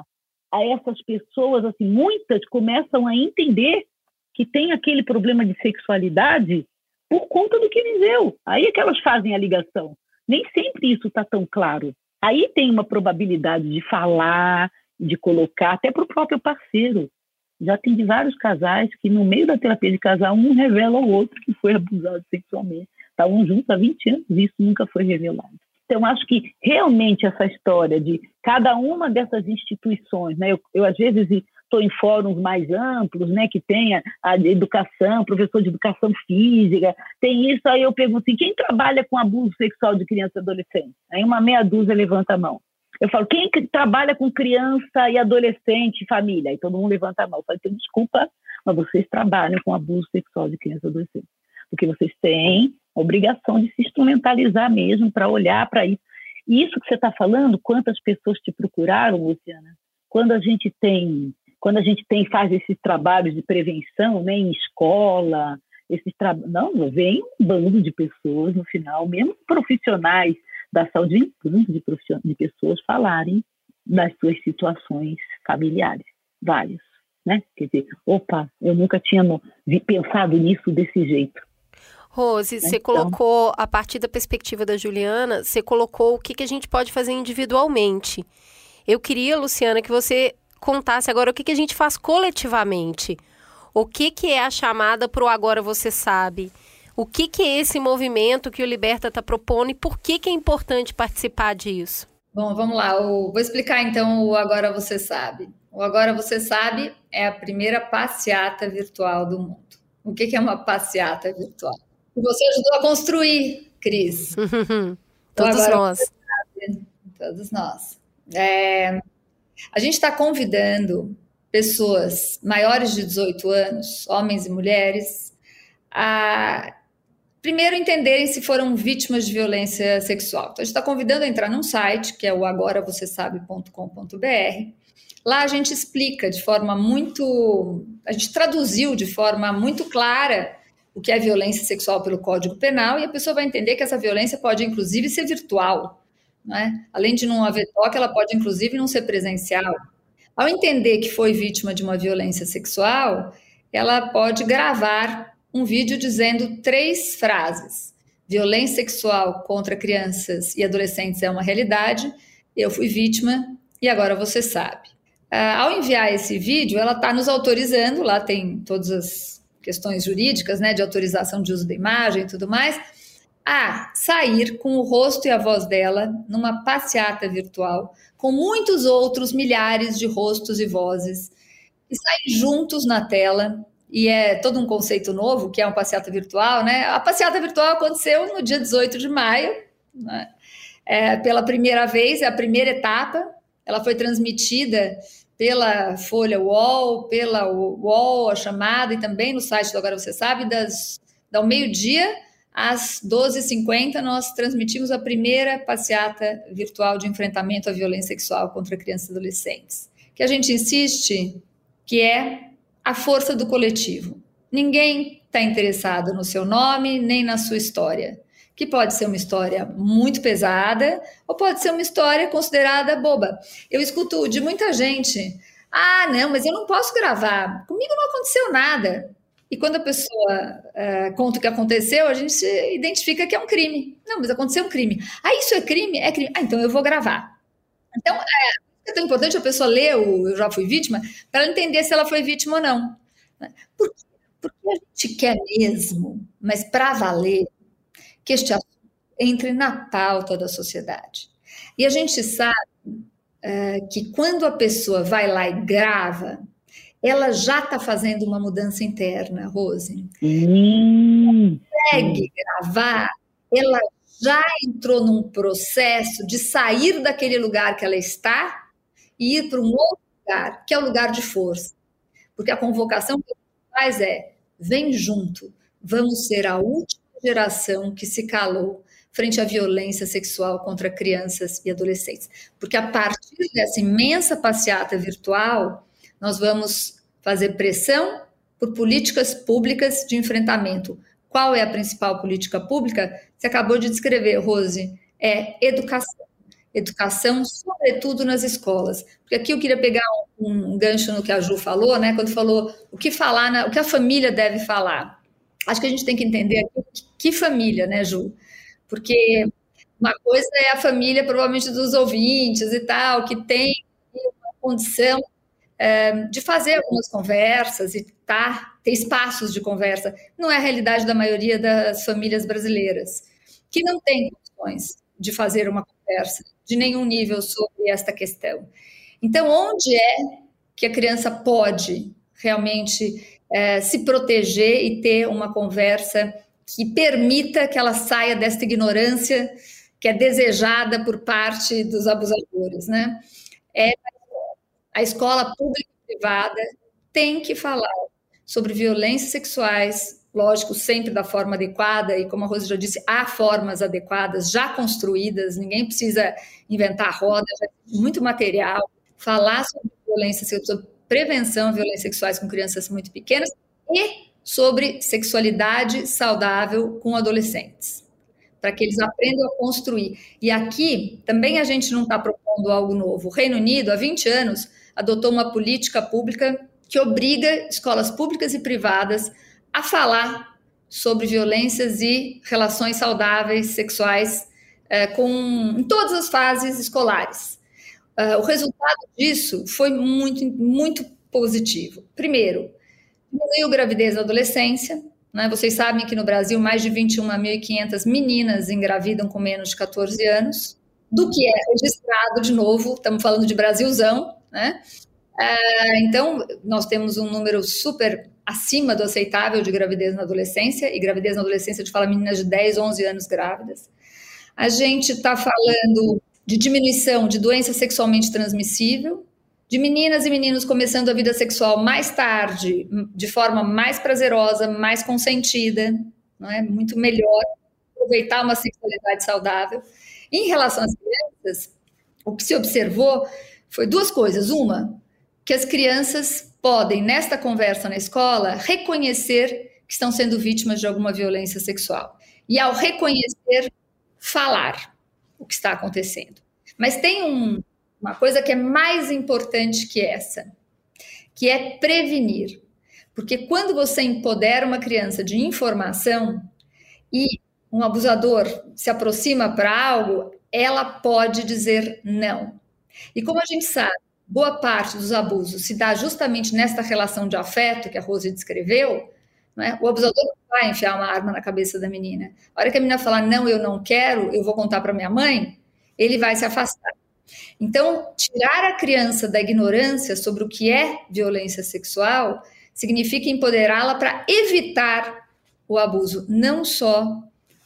a essas pessoas, assim, muitas começam a entender que tem aquele problema de sexualidade por conta do que viveu. Aí é que elas fazem a ligação. Nem sempre isso está tão claro. Aí tem uma probabilidade de falar, de colocar, até para o próprio parceiro. Já tem de vários casais que no meio da terapia de casal, um revela ao outro que foi abusado sexualmente. Estavam juntos há 20 anos e isso nunca foi revelado. Então, acho que realmente essa história de cada uma dessas instituições, né? Eu às vezes estou em fóruns mais amplos, né? Que tenha a educação, professor de educação física, tem isso, aí eu pergunto assim, quem trabalha com abuso sexual de criança e adolescente? Aí uma meia dúzia levanta a mão. Eu falo, quem trabalha com criança e adolescente, família? Aí todo mundo levanta a mão. Eu falo, então, desculpa, mas vocês trabalham com abuso sexual de criança e adolescente. Porque vocês têm a obrigação de se instrumentalizar mesmo para olhar para isso. E isso que você está falando, quantas pessoas te procuraram, Luciana? Quando a gente faz esses trabalhos de prevenção, né, em escola, não, vem um bando de pessoas no final, mesmo profissionais da saúde, vem um bando de pessoas falarem das suas situações familiares, várias, né? Quer dizer, opa, eu nunca tinha pensado nisso desse jeito. Rose, você colocou, a partir da perspectiva da Juliana, você colocou o que a gente pode fazer individualmente. Eu queria, Luciana, que você contasse agora o que a gente faz coletivamente. O que é a chamada para o Agora Você Sabe? O que é esse movimento que o Liberta está propondo e por que é importante participar disso? Bom, vamos lá. Vou explicar então o Agora Você Sabe. O Agora Você Sabe é a primeira passeata virtual do mundo. O que é uma passeata virtual? Você ajudou a construir, Cris. Todos nós. Todos nós. A gente está convidando pessoas maiores de 18 anos, homens e mulheres, a primeiro entenderem se foram vítimas de violência sexual. Então, a gente está convidando a entrar num site, que é o agoravocêsabe.com.br. Lá a gente explica de forma muito... A gente traduziu de forma muito clara o que é violência sexual pelo Código Penal, e a pessoa vai entender que essa violência pode, inclusive, ser virtual. Não é? Além de não haver toque, ela pode, inclusive, não ser presencial. Ao entender que foi vítima de uma violência sexual, ela pode gravar um vídeo dizendo 3 frases. Violência sexual contra crianças e adolescentes é uma realidade, eu fui vítima e agora você sabe. Ao enviar esse vídeo, ela está nos autorizando, lá tem todas as questões jurídicas, né, de autorização de uso da imagem e tudo mais, a sair com o rosto e a voz dela numa passeata virtual, com muitos outros milhares de rostos e vozes, e saem juntos na tela, e é todo um conceito novo, que é uma passeata virtual, né? A passeata virtual aconteceu no dia 18 de maio, né? Pela primeira vez, é a primeira etapa, ela foi transmitida pela Folha UOL, pela UOL, a chamada, e também no site do Agora Você Sabe, ao meio-dia às 12h50, nós transmitimos a primeira passeata virtual de enfrentamento à violência sexual contra crianças e adolescentes, que a gente insiste que é a força do coletivo. Ninguém está interessado no seu nome, nem na sua história, que pode ser uma história muito pesada ou pode ser uma história considerada boba. Eu escuto de muita gente, não, mas eu não posso gravar, comigo não aconteceu nada. E quando a pessoa conta o que aconteceu, a gente identifica que é um crime. Não, mas aconteceu um crime. Isso é crime? É crime. Então eu vou gravar. Então, é tão importante a pessoa ler Eu Já Fui Vítima, para ela entender se ela foi vítima ou não. Porque a gente quer mesmo, mas para valer, que este assunto entre na pauta da sociedade. E a gente sabe que quando a pessoa vai lá e grava, ela já está fazendo uma mudança interna, Rose. Consegue gravar, ela já entrou num processo de sair daquele lugar que ela está e ir para um outro lugar, que é o lugar de força. Porque a convocação que a gente faz vem junto, vamos ser a última geração que se calou frente à violência sexual contra crianças e adolescentes. Porque a partir dessa imensa passeata virtual, nós vamos fazer pressão por políticas públicas de enfrentamento. Qual é a principal política pública? Você acabou de descrever, Rose, é educação. Educação, sobretudo nas escolas. Porque aqui eu queria pegar um gancho no que a Ju falou, né? Quando falou o que falar, o que a família deve falar. Acho que a gente tem que entender aqui que família, né, Ju? Porque uma coisa é a família, provavelmente, dos ouvintes e tal, que tem uma condição de fazer algumas conversas e ter espaços de conversa. Não é a realidade da maioria das famílias brasileiras, que não tem condições de fazer uma conversa de nenhum nível sobre esta questão. Então, onde é que a criança pode realmente se proteger e ter uma conversa que permita que ela saia desta ignorância que é desejada por parte dos abusadores, né? A escola pública e privada tem que falar sobre violências sexuais, lógico, sempre da forma adequada, e como a Rose já disse, há formas adequadas, já construídas, ninguém precisa inventar roda, já tem muito material, falar sobre violência sexual, sobre prevenção de violências sexuais com crianças muito pequenas e sobre sexualidade saudável com adolescentes, para que eles aprendam a construir. E aqui também a gente não está propondo algo novo. O Reino Unido, há 20 anos, adotou uma política pública que obriga escolas públicas e privadas a falar sobre violências e relações saudáveis sexuais em todas as fases escolares. O resultado disso foi muito, muito positivo. Primeiro, diminuiu gravidez na adolescência, né? Vocês sabem que no Brasil mais de 21.500 meninas engravidam com menos de 14 anos, do que é registrado, de novo, estamos falando de Brasilzão, né? Então, nós temos um número super acima do aceitável de gravidez na adolescência, e gravidez na adolescência, a gente fala meninas de 10, 11 anos grávidas. A gente está falando de diminuição de doença sexualmente transmissível, de meninas e meninos começando a vida sexual mais tarde, de forma mais prazerosa, mais consentida, não é? Muito melhor aproveitar uma sexualidade saudável. Em relação às crianças, o que se observou foi duas coisas. Uma, que as crianças podem, nesta conversa na escola, reconhecer que estão sendo vítimas de alguma violência sexual. E ao reconhecer, falar o que está acontecendo. Mas tem uma coisa que é mais importante que essa, que é prevenir. Porque quando você empodera uma criança de informação e um abusador se aproxima para algo, ela pode dizer não. E como a gente sabe, boa parte dos abusos se dá justamente nesta relação de afeto que a Rose descreveu, né? O abusador não vai enfiar uma arma na cabeça da menina. A hora que a menina falar, não, eu não quero, eu vou contar para minha mãe, ele vai se afastar. Então, tirar a criança da ignorância sobre o que é violência sexual significa empoderá-la para evitar o abuso, não só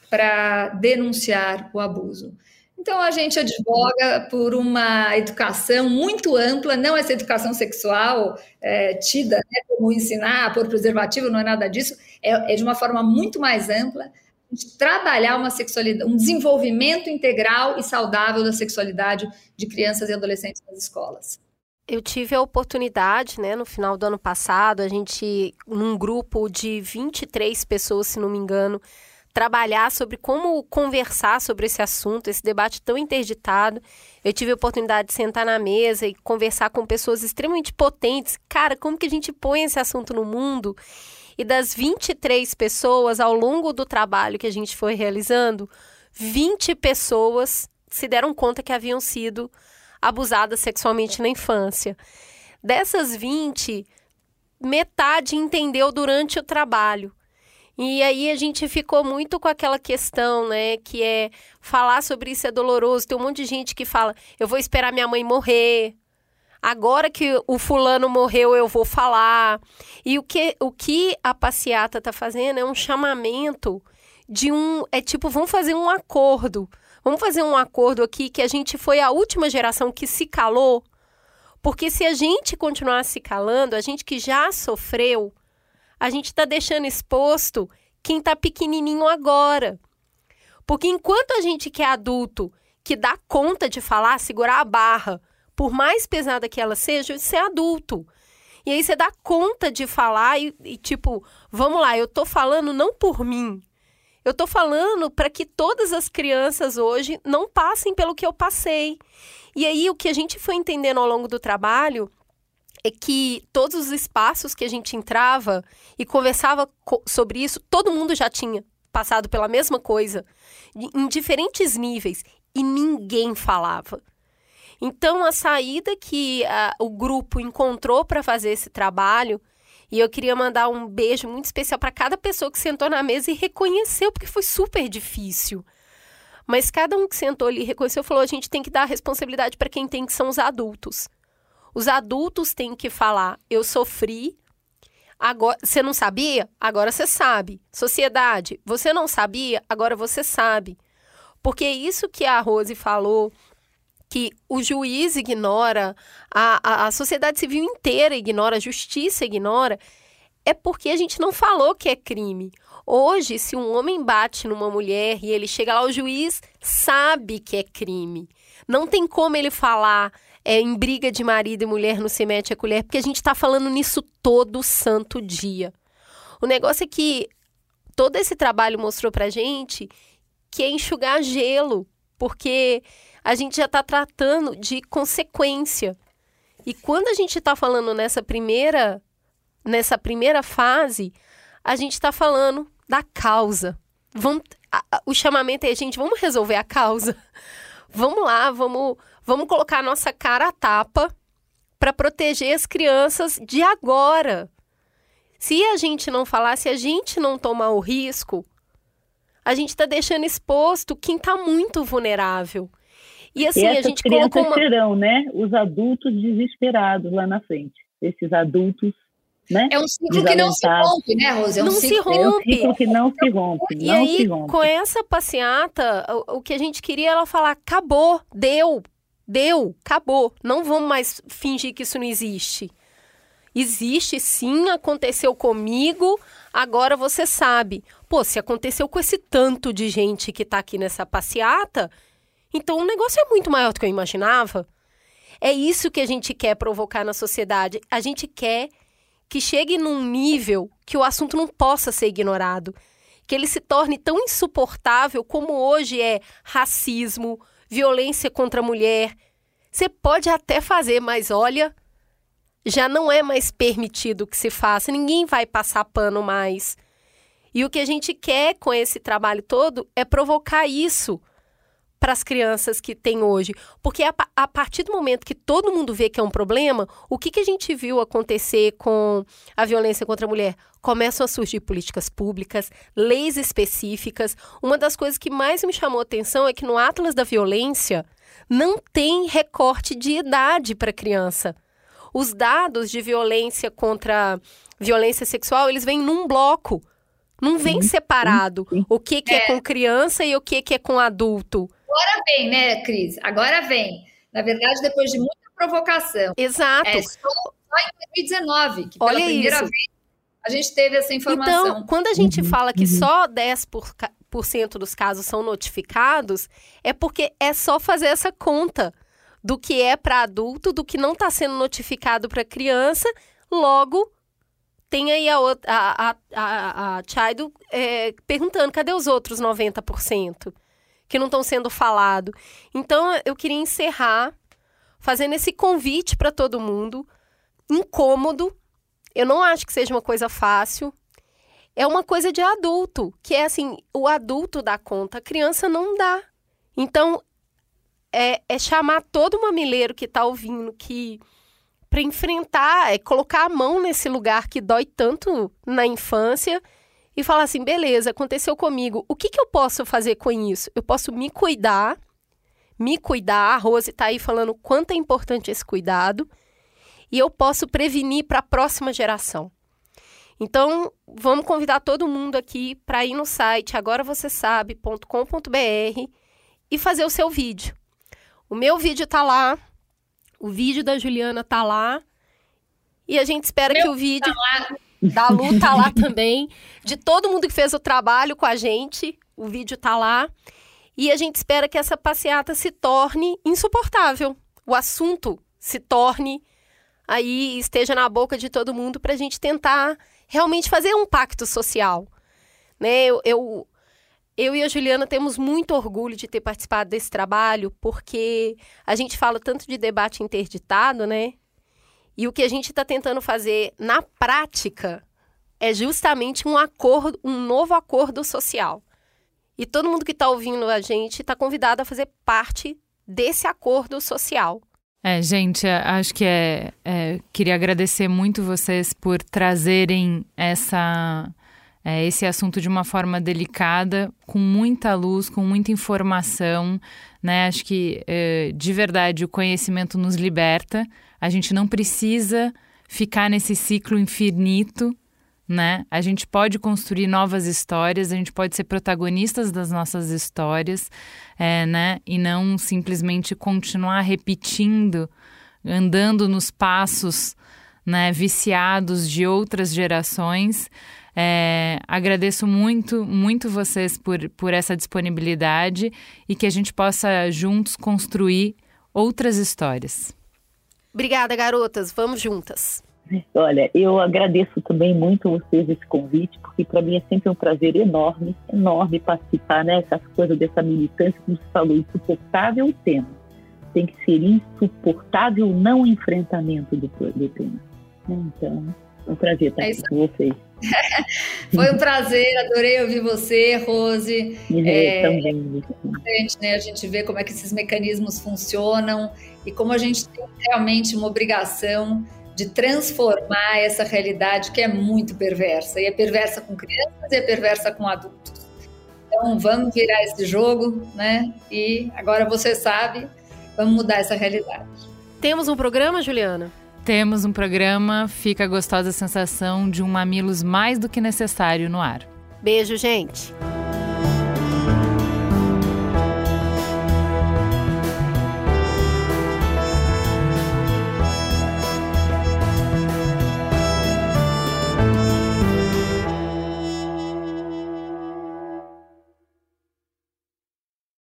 para denunciar o abuso. Então, a gente advoga por uma educação muito ampla, não essa educação sexual tida, né, como ensinar por preservativo, não é nada disso, é de uma forma muito mais ampla, de trabalhar uma sexualidade, um desenvolvimento integral e saudável da sexualidade de crianças e adolescentes nas escolas. Eu tive a oportunidade, né, no final do ano passado, a gente, num grupo de 23 pessoas, se não me engano, trabalhar sobre como conversar sobre esse assunto, esse debate tão interditado. Eu tive a oportunidade de sentar na mesa e conversar com pessoas extremamente potentes. Cara, como que a gente põe esse assunto no mundo? E das 23 pessoas, ao longo do trabalho que a gente foi realizando, 20 pessoas se deram conta que haviam sido abusadas sexualmente na infância. Dessas 20, metade entendeu durante o trabalho. E aí a gente ficou muito com aquela questão, né, que é falar sobre isso é doloroso. Tem um monte de gente que fala, eu vou esperar minha mãe morrer. Agora que o fulano morreu, eu vou falar. E o que a passeata está fazendo é um chamamento de vamos fazer um acordo. Vamos fazer um acordo aqui que a gente foi a última geração que se calou. Porque se a gente continuar se calando, a gente que já sofreu, a gente está deixando exposto quem está pequenininho agora. Porque enquanto a gente que é adulto, que dá conta de falar, segurar a barra, por mais pesada que ela seja, você é adulto. E aí você dá conta de falar e tipo, vamos lá, eu tô falando não por mim. Eu tô falando para que todas as crianças hoje não passem pelo que eu passei. E aí o que a gente foi entendendo ao longo do trabalho é que todos os espaços que a gente entrava e conversava sobre isso, todo mundo já tinha passado pela mesma coisa, em diferentes níveis, e ninguém falava. Então, a saída que o grupo encontrou para fazer esse trabalho, e eu queria mandar um beijo muito especial para cada pessoa que sentou na mesa e reconheceu, porque foi super difícil. Mas cada um que sentou ali e reconheceu, falou, a gente tem que dar a responsabilidade para quem tem, que são os adultos. Os adultos têm que falar, eu sofri, agora você não sabia? Agora você sabe. Sociedade, você não sabia? Agora você sabe. Porque isso que a Rose falou, que o juiz ignora, a sociedade civil inteira ignora, a justiça ignora, é porque a gente não falou que é crime. Hoje, se um homem bate numa mulher e ele chega lá, o juiz sabe que é crime. Não tem como ele falar em briga de marido e mulher não se mete a colher, porque a gente está falando nisso todo santo dia. O negócio é que todo esse trabalho mostrou pra gente que é enxugar gelo, porque a gente já está tratando de consequência. E quando a gente está falando nessa primeira fase, a gente está falando da causa. O chamamento é, gente, vamos resolver a causa. Vamos lá, vamos colocar a nossa cara a tapa para proteger as crianças de agora. Se a gente não falar, se a gente não tomar o risco, a gente está deixando exposto quem está muito vulnerável. E assim, essas a gente crianças serão, né, os adultos desesperados lá na frente. Esses adultos, né? É um ciclo que não se rompe, né, Rose? É um ciclo que não se rompe. E aí, com essa passeata, o que a gente queria era falar, acabou, deu, acabou. Não vamos mais fingir que isso não existe. Existe sim, aconteceu comigo, agora você sabe. Pô, se aconteceu com esse tanto de gente que tá aqui nessa passeata, então o negócio é muito maior do que eu imaginava. É isso que a gente quer provocar na sociedade. A gente quer que chegue num nível que o assunto não possa ser ignorado. Que ele se torne tão insuportável como hoje é racismo, violência contra a mulher. Você pode até fazer, mas olha, já não é mais permitido que se faça. Ninguém vai passar pano mais. E o que a gente quer com esse trabalho todo é provocar isso para as crianças que tem hoje. Porque a partir do momento que todo mundo vê que é um problema, o que a gente viu acontecer com a violência contra a mulher? Começam a surgir políticas públicas, leis específicas. Uma das coisas que mais me chamou a atenção é que no Atlas da Violência não tem recorte de idade para criança. Os dados de violência contra violência sexual, eles vêm num bloco. Não vem separado o que é com criança e o que é com adulto. Agora vem, né, Cris? Agora vem. Na verdade, depois de muita provocação. Exato. Só em 2019, que pela primeira vez a gente teve essa informação. Então, quando a gente fala que só 10% dos casos são notificados, é porque é só fazer essa conta do que é para adulto, do que não está sendo notificado para criança, logo tem aí a Child perguntando, cadê os outros 90% que não estão sendo falados? Então, eu queria encerrar fazendo esse convite para todo mundo, incômodo, eu não acho que seja uma coisa fácil, é uma coisa de adulto, que é assim, o adulto dá conta, a criança não dá. Então, é chamar todo mamileiro que está ouvindo, que para enfrentar, colocar a mão nesse lugar que dói tanto na infância e falar assim, beleza, aconteceu comigo, o que eu posso fazer com isso? Eu posso me cuidar, a Rose está aí falando o quanto é importante esse cuidado, e eu posso prevenir para a próxima geração. Então, vamos convidar todo mundo aqui para ir no site agoravocêsabe.com.br e fazer o seu vídeo. O meu vídeo está lá, o vídeo da Juliana está lá, e a gente espera que o vídeo da Lu está lá também, de todo mundo que fez o trabalho com a gente, o vídeo está lá, e a gente espera que essa passeata se torne insuportável, o assunto se torne, aí esteja na boca de todo mundo para a gente tentar realmente fazer um pacto social, né? Eu e a Juliana temos muito orgulho de ter participado desse trabalho, porque a gente fala tanto de debate interditado, né? E o que a gente está tentando fazer na prática é justamente um novo acordo social. E todo mundo que está ouvindo a gente está convidado a fazer parte desse acordo social. Gente, acho que queria agradecer muito vocês por trazerem esse assunto de uma forma delicada, com muita luz, com muita informação, né? Acho que, de verdade, o conhecimento nos liberta. A gente não precisa ficar nesse ciclo infinito, né? A gente pode construir novas histórias, a gente pode ser protagonistas das nossas histórias, né? E não simplesmente continuar repetindo, andando nos passos, né, viciados de outras gerações. Agradeço muito, muito vocês por essa disponibilidade e que a gente possa juntos construir outras histórias. Obrigada, garotas. Vamos juntas. Olha, eu agradeço também muito a vocês esse convite, porque para mim é sempre um prazer enorme, enorme participar, né? Essa coisa dessa militância, como você falou, insuportável o tema. Tem que ser insuportável não enfrentamento do tema. Então, é um prazer estar aqui com vocês. Foi um prazer, adorei ouvir você, Rose. Também. Né, a gente vê como é que esses mecanismos funcionam e como a gente tem realmente uma obrigação de transformar essa realidade que é muito perversa. E é perversa com crianças e é perversa com adultos. Então, vamos virar esse jogo, né? E agora você sabe, vamos mudar essa realidade. Temos um programa, Juliana? Temos um programa, fica a gostosa sensação de um Mamilos mais do que necessário no ar. Beijo, gente!